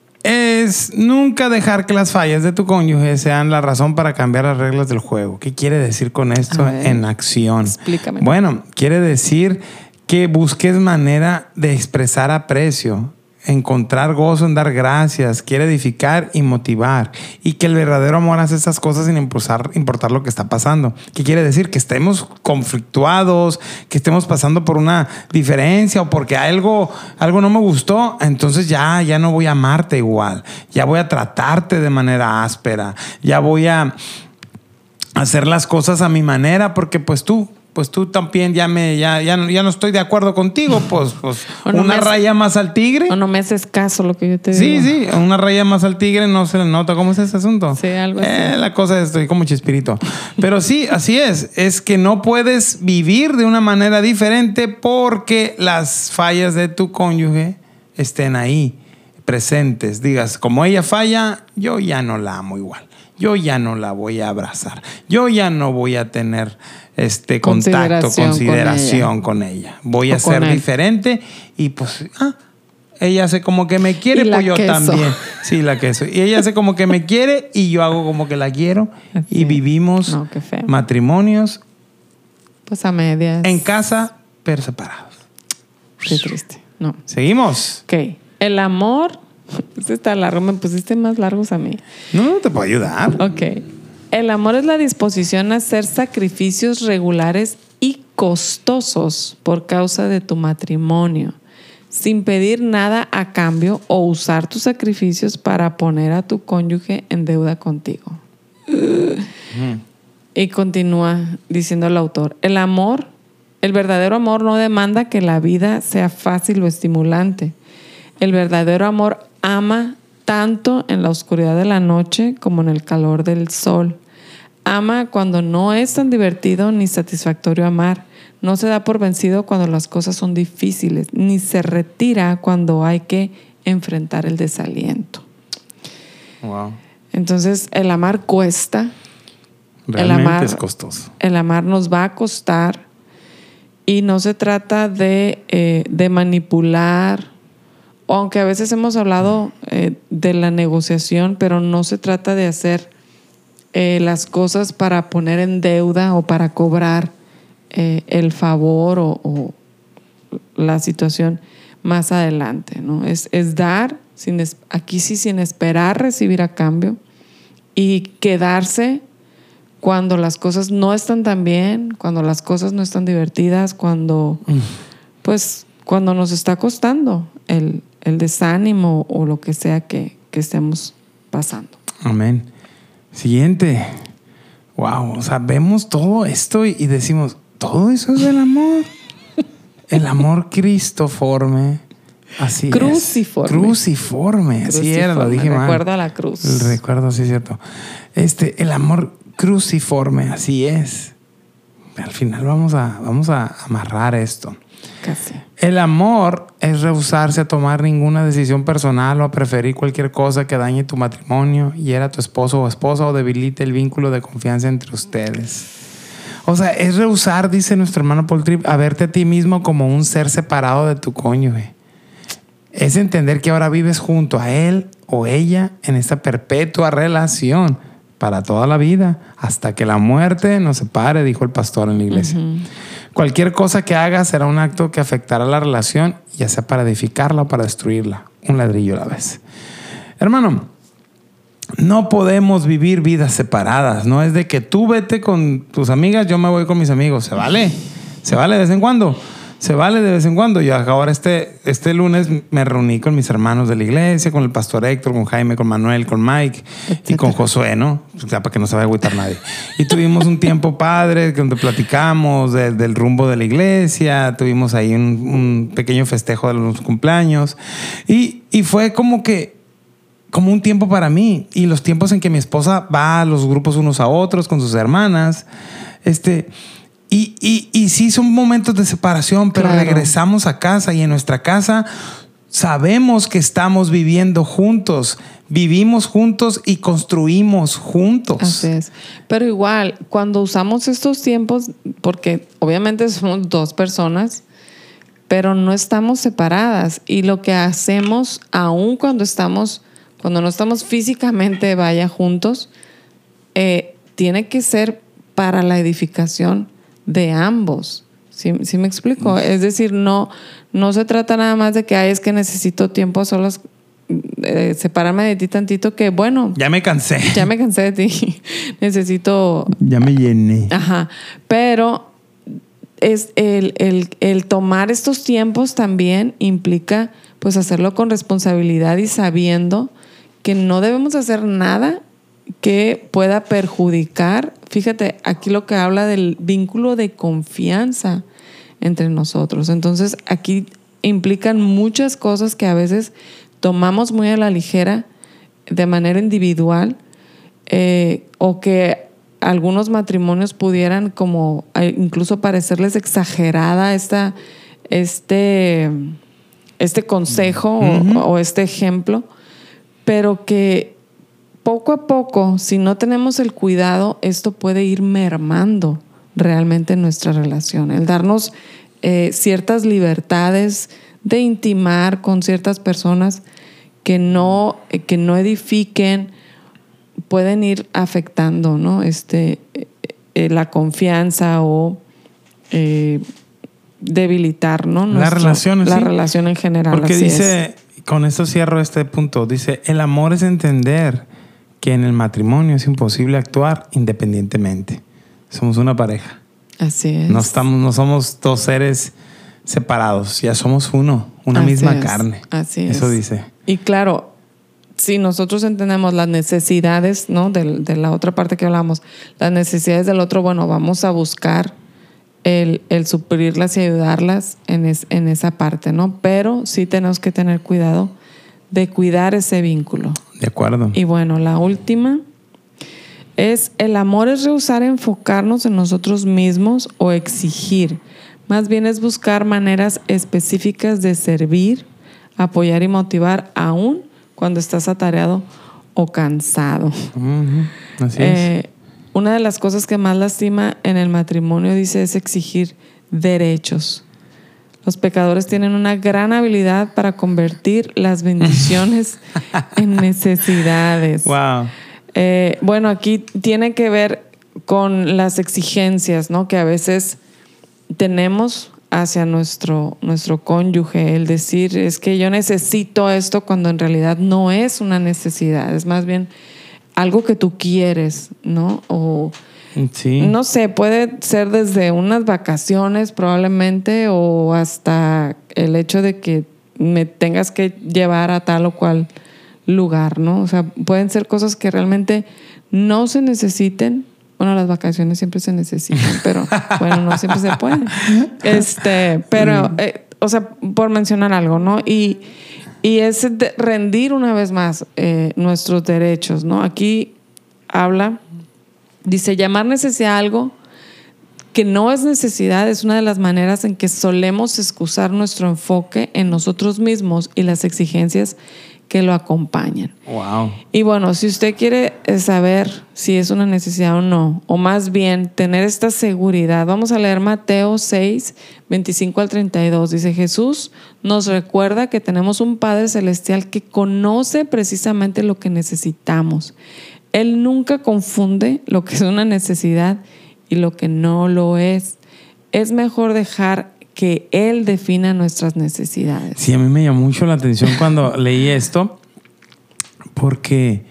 B: es nunca dejar que las fallas de tu cónyuge sean la razón para cambiar las reglas del juego. ¿Qué quiere decir con esto en acción?
C: Explícame.
B: Bueno, quiere decir que busques manera de expresar aprecio, encontrar gozo en dar gracias, quiere edificar y motivar, y que el verdadero amor hace esas cosas sin impulsar, importar lo que está pasando. ¿Qué quiere decir? Que estemos conflictuados, que estemos pasando por una diferencia o porque algo, algo no me gustó, entonces ya, ya no voy a amarte igual, ya voy a tratarte de manera áspera, ya voy a hacer las cosas a mi manera porque pues tú pues tú también ya me ya, ya, ya no estoy de acuerdo contigo, pues, pues no una raya más al tigre.
C: O no me haces caso lo que yo te
B: sí,
C: digo.
B: Sí, sí, una raya más al tigre no se le nota. ¿Cómo es ese asunto?
C: Sí, algo así.
B: Eh, la cosa es, estoy como chispirito. Pero sí, así es. Es que no puedes vivir de una manera diferente porque las fallas de tu cónyuge estén ahí, presentes. Digas, como ella falla, yo ya no la amo igual. Yo ya no la voy a abrazar. Yo ya no voy a tener este contacto, consideración, consideración con, ella. con ella. Voy o a ser él. diferente y pues, ah, ella hace como que me quiere, pues yo queso. también. Sí, la queso. Y ella hace como que me quiere y yo hago como que la quiero. Así. Y vivimos
C: no, qué feo.
B: matrimonios.
C: Pues a medias.
B: En casa, pero separados.
C: Qué triste. No.
B: Seguimos.
C: Ok. El amor... Este está largo, me pusiste más largos a mí.
B: No, no te puedo ayudar.
C: Ok. El amor es la disposición a hacer sacrificios regulares y costosos por causa de tu matrimonio, sin pedir nada a cambio o usar tus sacrificios para poner a tu cónyuge en deuda contigo. Mm. Y continúa diciendo el autor, el amor, el verdadero amor no demanda que la vida sea fácil o estimulante. El verdadero amor ama tanto en la oscuridad de la noche como en el calor del sol. Ama cuando no es tan divertido ni satisfactorio amar. No se da por vencido cuando las cosas son difíciles, ni se retira cuando hay que enfrentar el desaliento.
B: Wow.
C: Entonces, el amar cuesta.
B: Realmente
C: el amar,
B: es costoso.
C: El amar nos va a costar y no se trata de, eh, de manipular, aunque a veces hemos hablado eh, de la negociación, pero no se trata de hacer eh, las cosas para poner en deuda o para cobrar eh, el favor o, o la situación más adelante, ¿no? Es, es dar, sin, aquí sí sin esperar recibir a cambio, y quedarse cuando las cosas no están tan bien, cuando las cosas no están divertidas, cuando mm. pues cuando nos está costando el, el desánimo o lo que sea que, que estemos pasando.
B: Amén. Siguiente. Wow, o sea, vemos todo esto y, y decimos, todo eso es el amor. El amor cristoforme. Así
C: Cruciforme.
B: es. Cruciforme. Así Cruciforme. Era, lo dije mal.
C: Recuerdo a la cruz.
B: El recuerdo, sí es cierto. Este, el amor cruciforme, así es. Al final vamos a, vamos a amarrar esto.
C: Casi.
B: El amor es rehusarse a tomar ninguna decisión personal o a preferir cualquier cosa que dañe tu matrimonio, hiera a tu esposo o esposa o debilite el vínculo de confianza entre ustedes. O sea, es rehusar, dice nuestro hermano Paul Tripp, a verte a ti mismo como un ser separado de tu cónyuge. Es entender que ahora vives junto a él o ella en esta perpetua relación para toda la vida, hasta que la muerte nos separe, dijo el pastor en la iglesia. Uh-huh. Cualquier cosa que hagas será un acto que afectará la relación, ya sea para edificarla o para destruirla, un ladrillo a la vez. Hermano, no podemos vivir vidas separadas. No es de que tú vete con tus amigas, yo me voy con mis amigos. ¿Se vale? ¿Se vale de vez en cuando? Se vale de vez en cuando. Yo ahora este, este lunes me reuní con mis hermanos de la iglesia, con el pastor Héctor, con Jaime, con Manuel, con Mike etcétera. Y con Josué, ¿no? O sea, para que no se vaya a agüitar nadie. Y tuvimos un tiempo padre donde platicamos de, del rumbo de la iglesia. Tuvimos ahí un, un pequeño festejo de los cumpleaños. Y, y fue como que como un tiempo para mí. Y los tiempos en que mi esposa va a los grupos unos a otros con sus hermanas. Este... Y, y, y sí son momentos de separación, pero claro, regresamos a casa y en nuestra casa sabemos que estamos viviendo juntos, vivimos juntos y construimos juntos.
C: Así es. Pero igual, cuando usamos estos tiempos, porque obviamente somos dos personas, pero no estamos separadas. Y lo que hacemos, aun cuando estamos, cuando no estamos físicamente, vaya, juntos, eh, tiene que ser para la edificación de ambos. ¿Sí, sí me explico? Es decir, no, no se trata nada más de que ay, es que necesito tiempo a solas, eh, separarme de ti tantito, que bueno,
B: ya me cansé.
C: Ya me cansé de ti. Necesito.
B: Ya me llené.
C: Ajá. Pero es el, el, el tomar estos tiempos también implica pues hacerlo con responsabilidad y sabiendo que no debemos hacer nada que pueda perjudicar. Fíjate, aquí lo que habla del vínculo de confianza entre nosotros. Entonces, aquí implican muchas cosas que a veces tomamos muy a la ligera de manera individual, eh, o que algunos matrimonios pudieran como incluso parecerles exagerada esta, este, este consejo uh-huh. o, o este ejemplo, pero que poco a poco, si no tenemos el cuidado, esto puede ir mermando realmente nuestra relación. El darnos eh, ciertas libertades de intimar con ciertas personas que no, eh, que no edifiquen, pueden ir afectando, ¿no? Este, eh, la confianza o eh, debilitar, ¿no? Nuestro,
B: la relación,
C: la
B: sí.
C: relación en general.
B: Porque
C: así
B: dice, es. Con esto cierro este punto, dice, el amor es entender que en el matrimonio es imposible actuar independientemente. Somos una pareja.
C: Así es.
B: No estamos, no somos dos seres separados, ya somos uno, una
C: Así
B: misma
C: es,
B: carne.
C: Así es.
B: Eso dice.
C: Y claro, si nosotros entendemos las necesidades, ¿no? De, de la otra parte que hablamos, las necesidades del otro, bueno, vamos a buscar el, el suplirlas y ayudarlas en, es, en esa parte, ¿no? Pero sí tenemos que tener cuidado de cuidar ese vínculo.
B: De acuerdo.
C: Y bueno, la última es: el amor es rehusar enfocarnos en nosotros mismos o exigir. Más bien es buscar maneras específicas de servir, apoyar y motivar aún cuando estás atareado o cansado.
B: Uh-huh. Así
C: eh,
B: es.
C: Una de las cosas que más lastima en el matrimonio, dice, es exigir derechos. Los pecadores tienen una gran habilidad para convertir las bendiciones en necesidades.
B: Wow.
C: Eh, bueno, aquí tiene que ver con las exigencias, ¿no? Que a veces tenemos hacia nuestro, nuestro cónyuge. El decir, es que yo necesito esto, cuando en realidad no es una necesidad. Es más bien algo que tú quieres, ¿no? O
B: Sí.
C: no sé, puede ser desde unas vacaciones probablemente, o hasta el hecho de que me tengas que llevar a tal o cual lugar, ¿no? O sea, pueden ser cosas que realmente no se necesiten. Bueno, las vacaciones siempre se necesitan, pero bueno, no siempre se puede. Este, pero, eh, o sea, por mencionar algo, ¿no? Y, y es de rendir una vez más eh, nuestros derechos, ¿no? Aquí habla, dice, llamar necesidad a algo que no es necesidad es una de las maneras en que solemos excusar nuestro enfoque en nosotros mismos y las exigencias que lo acompañan.
B: Wow.
C: Y bueno, si usted quiere saber si es una necesidad o no, o más bien tener esta seguridad, vamos a leer Mateo seis, veinticinco al treinta y dos. Dice, Jesús nos recuerda que tenemos un Padre Celestial que conoce precisamente lo que necesitamos. Él nunca confunde lo que es una necesidad y lo que no lo es. Es mejor dejar que Él defina nuestras necesidades.
B: Sí, a mí me llamó mucho la atención cuando leí esto, porque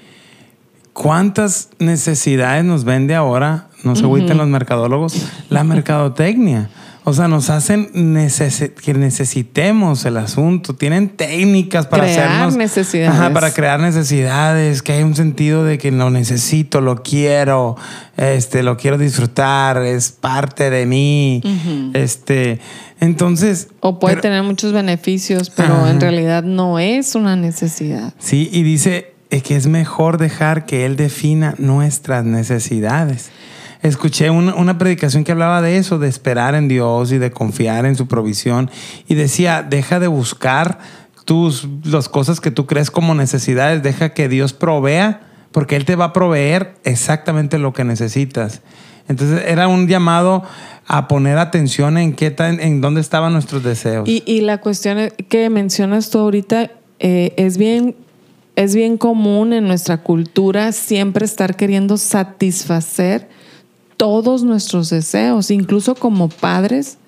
B: ¿cuántas necesidades nos vende ahora? No se agüiten uh-huh. los mercadólogos, la mercadotecnia. O sea, nos hacen necesi- que necesitemos el asunto. Tienen técnicas para
C: crear
B: hacernos...
C: necesidades.
B: Ajá, para crear necesidades, que hay un sentido de que lo necesito, lo quiero, este, lo quiero disfrutar, es parte de mí. Uh-huh. Este, entonces...
C: O puede
B: pero,
C: tener muchos beneficios, pero ajá. en realidad no es una necesidad.
B: Sí, y dice que es mejor dejar que Él defina nuestras necesidades. Escuché una, una predicación que hablaba de eso, de esperar en Dios y de confiar en su provisión. Y decía, deja de buscar tus, las cosas que tú crees como necesidades. Deja que Dios provea, porque Él te va a proveer exactamente lo que necesitas. Entonces era un llamado a poner atención en, qué tan, en dónde estaban nuestros deseos.
C: Y, y la cuestión que mencionas tú ahorita eh, es bien... Es bien común en nuestra cultura siempre estar queriendo satisfacer todos nuestros deseos. Incluso como padres,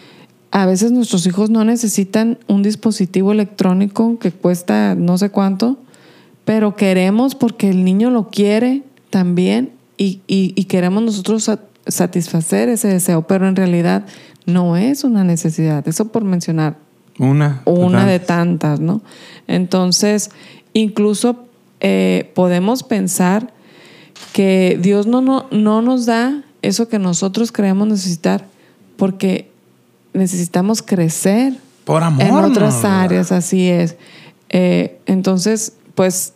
C: a veces nuestros hijos no necesitan un dispositivo electrónico que cuesta no sé cuánto, pero queremos porque el niño lo quiere también y, y, y queremos nosotros satisfacer ese deseo, pero en realidad no es una necesidad. Eso por mencionar
B: una,
C: una de tantas, ¿no? Entonces, incluso eh, podemos pensar que Dios no, no, no nos da eso que nosotros creemos necesitar porque necesitamos crecer
B: por amor,
C: en otras
B: no,
C: áreas, así es. Eh, entonces, pues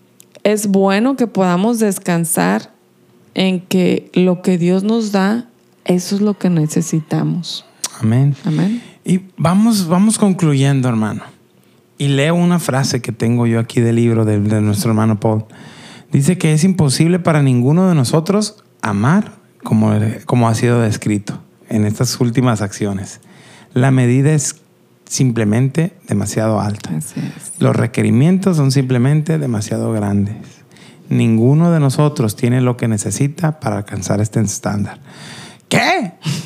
C: es bueno que podamos descansar en que lo que Dios nos da, eso es lo que necesitamos.
B: Amén.
C: Amén.
B: Y vamos, vamos concluyendo, hermano. Y leo una frase que tengo yo aquí del libro de, de nuestro hermano Paul. Dice que es imposible para ninguno de nosotros amar como, como ha sido descrito en estas últimas acciones. La medida es simplemente demasiado alta.
C: Así es.
B: Los requerimientos son simplemente demasiado grandes. Ninguno de nosotros tiene lo que necesita para alcanzar este estándar. ¿Qué?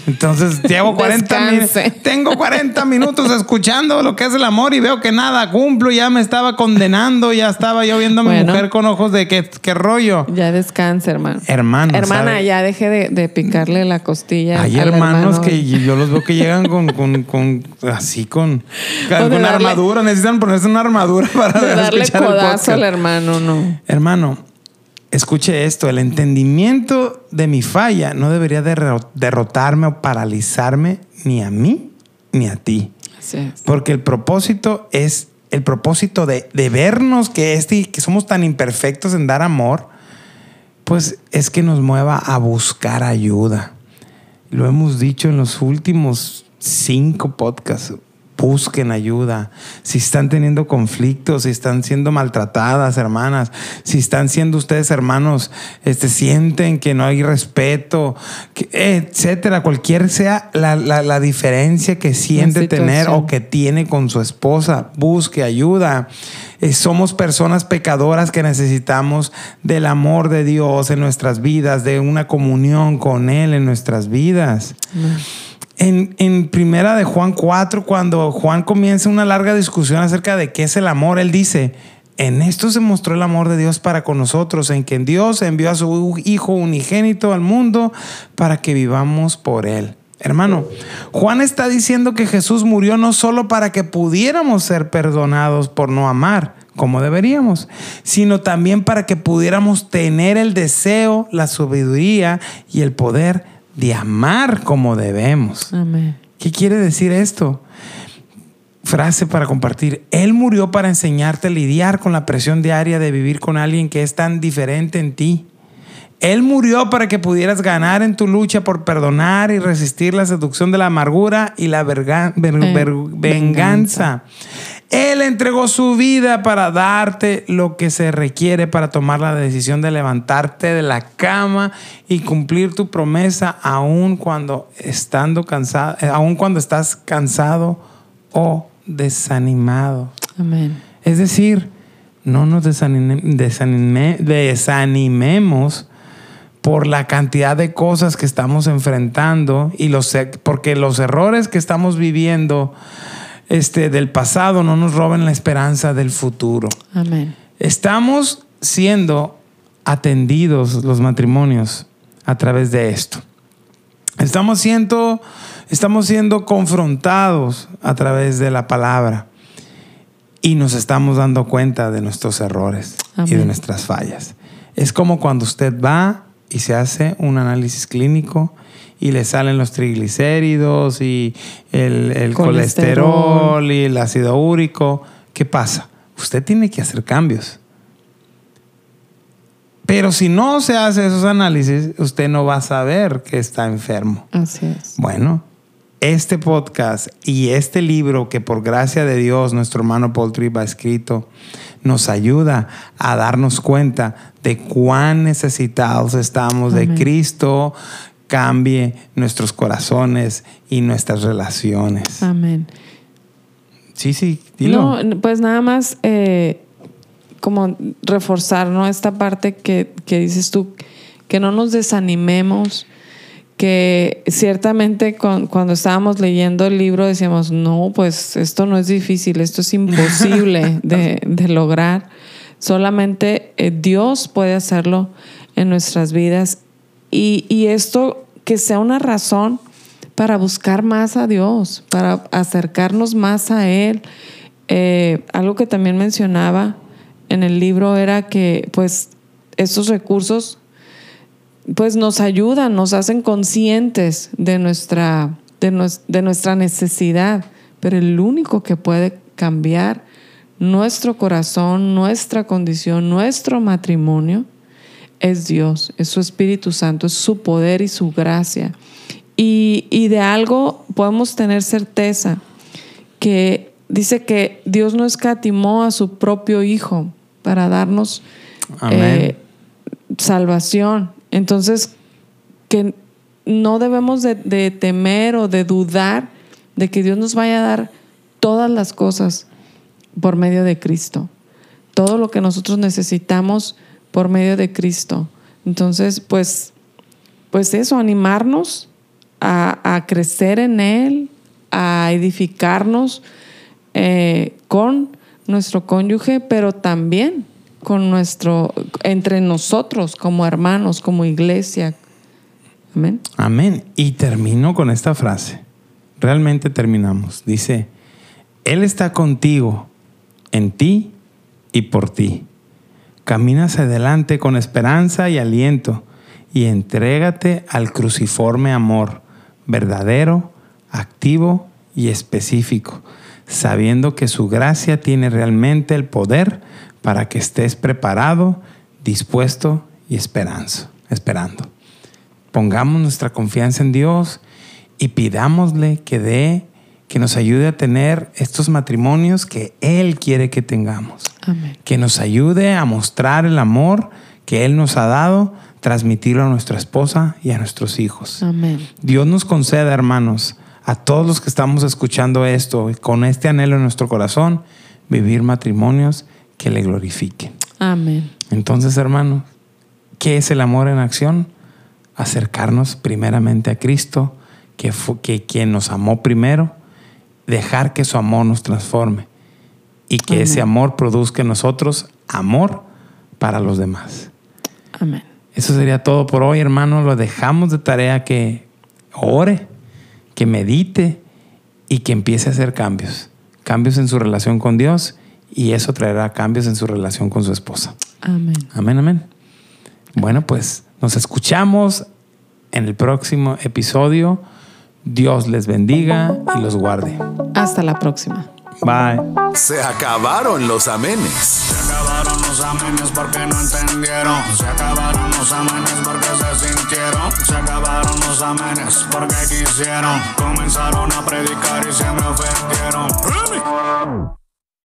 B: Entonces llevo cuarenta minutos. Tengo cuarenta minutos escuchando lo que es el amor y veo que nada cumplo. Ya me estaba condenando, ya estaba yo viendo a mi bueno, mujer con ojos de qué, qué rollo.
C: Ya descansa, hermano.
B: Hermano.
C: Hermana,
B: ¿sabe?
C: Ya deje de, de picarle la costilla.
B: Hay hermanos hermano. que yo los veo que llegan con, con, con así con, con darle, armadura. Necesitan ponerse una armadura para
C: de darle
B: escuchar
C: codazo
B: el podcast.
C: al hermano, no.
B: Hermano, escuche esto, el entendimiento de mi falla no debería derrotarme o paralizarme ni a mí ni a ti.
C: Así es.
B: Porque el propósito es el propósito de, de vernos que, este, que somos tan imperfectos en dar amor, pues es que nos mueva a buscar ayuda. Lo hemos dicho en los últimos cinco podcasts. Busquen ayuda. Si están teniendo conflictos, si están siendo maltratadas, hermanas, si están siendo ustedes hermanos, este, sienten que no hay respeto, que, etcétera, cualquier sea la, la, la diferencia que siente tener o que tiene con su esposa, busque ayuda. Eh, somos personas pecadoras que necesitamos del amor de Dios en nuestras vidas, de una comunión con Él en nuestras vidas. Mm. En, en primera de Juan cuatro, cuando Juan comienza una larga discusión acerca de qué es el amor, él dice: en esto se mostró el amor de Dios para con nosotros, en que Dios envió a su Hijo unigénito al mundo para que vivamos por Él. Hermano, Juan está diciendo que Jesús murió no solo para que pudiéramos ser perdonados por no amar como deberíamos, sino también para que pudiéramos tener el deseo, la sabiduría y el poder de amar como debemos.
C: Amén.
B: ¿Qué quiere decir esto? Frase para compartir. Él murió para enseñarte a lidiar con la presión diaria de vivir con alguien que es tan diferente en ti. Él murió para que pudieras ganar en tu lucha por perdonar y resistir la seducción de la amargura y la verga, ver, ver, venganza. venganza. Él entregó su vida para darte lo que se requiere para tomar la decisión de levantarte de la cama y cumplir tu promesa aun cuando estando cansado, aun cuando estás cansado o desanimado.
C: Amén.
B: Es decir, no nos desanime, desanime, desanimemos por la cantidad de cosas que estamos enfrentando y los porque los errores que estamos viviendo Este, del pasado no nos roben la esperanza del futuro.
C: Amén.
B: Estamos siendo atendidos los matrimonios a través de esto. Estamos siendo, estamos siendo confrontados a través de la palabra y nos estamos dando cuenta de nuestros errores. Amén. Y de nuestras fallas. Es como cuando usted va y se hace un análisis clínico y le salen los triglicéridos y el, el colesterol. colesterol y el ácido úrico. ¿Qué pasa? Usted tiene que hacer cambios. Pero si no se hace esos análisis, usted no va a saber que está enfermo.
C: Así es.
B: Bueno, este podcast y este libro que por gracia de Dios nuestro hermano Paul Tripp ha escrito nos ayuda a darnos cuenta de cuán necesitados estamos. Amén. De Cristo cambie nuestros corazones y nuestras relaciones.
C: Amén.
B: Sí, sí, dilo.
C: No, pues nada más eh, como reforzar, ¿no? Esta parte que, que dices tú, que no nos desanimemos, que ciertamente con, cuando estábamos leyendo el libro decíamos, no, pues esto no es difícil, esto es imposible de, de lograr. Solamente eh, Dios puede hacerlo en nuestras vidas. Y, y esto que sea una razón para buscar más a Dios, para acercarnos más a Él. Eh, algo que también mencionaba en el libro era que pues estos recursos pues nos ayudan, nos hacen conscientes de nuestra, de, nos, de nuestra necesidad, pero el único que puede cambiar nuestro corazón, nuestra condición, nuestro matrimonio es Dios, es su Espíritu Santo, es su poder y su gracia. Y, y de algo podemos tener certeza, que dice que Dios no escatimó a su propio Hijo para darnos eh, salvación. Entonces, que no debemos de, de temer o de dudar de que Dios nos vaya a dar todas las cosas por medio de Cristo. Todo lo que nosotros necesitamos por medio de Cristo. Entonces, pues, pues eso, animarnos a, a crecer en Él, a edificarnos eh, con nuestro cónyuge, pero también con nuestro, entre nosotros como hermanos, como iglesia. Amén.
B: Amén. Y termino con esta frase. Realmente terminamos. Dice, Él está contigo, en ti y por ti. Camina hacia adelante con esperanza y aliento y entrégate al cruciforme amor, verdadero, activo y específico, sabiendo que su gracia tiene realmente el poder para que estés preparado, dispuesto y esperanza, esperando. Pongamos nuestra confianza en Dios y pidámosle que dé, que nos ayude a tener estos matrimonios que Él quiere que tengamos.
C: Amén.
B: Que nos ayude a mostrar el amor que Él nos ha dado, transmitirlo a nuestra esposa y a nuestros hijos.
C: Amén.
B: Dios nos conceda, hermanos, a todos los que estamos escuchando esto, con este anhelo en nuestro corazón, vivir matrimonios que le glorifiquen.
C: Amén.
B: Entonces, hermanos, ¿qué es el amor en acción? Acercarnos primeramente a Cristo, que fue que quien nos amó primero, dejar que su amor nos transforme y que
C: Amén.
B: ese amor produzca en nosotros amor para los demás.
C: Amén.
B: Eso sería todo por hoy, hermano. Lo dejamos de tarea que ore, que medite y que empiece a hacer cambios. Cambios en su relación con Dios, y eso traerá cambios en su relación con su esposa.
C: Amén.
B: Amén, amén. Bueno, pues nos escuchamos en el próximo episodio. Dios les bendiga y los guarde.
C: Hasta la próxima.
B: Bye.
A: Se acabaron los amenes.
D: Se acabaron los amenes porque no entendieron. Se acabaron los amenes porque se sintieron. Se acabaron los amenes porque quisieron. Comenzaron a predicar y se me ofendieron.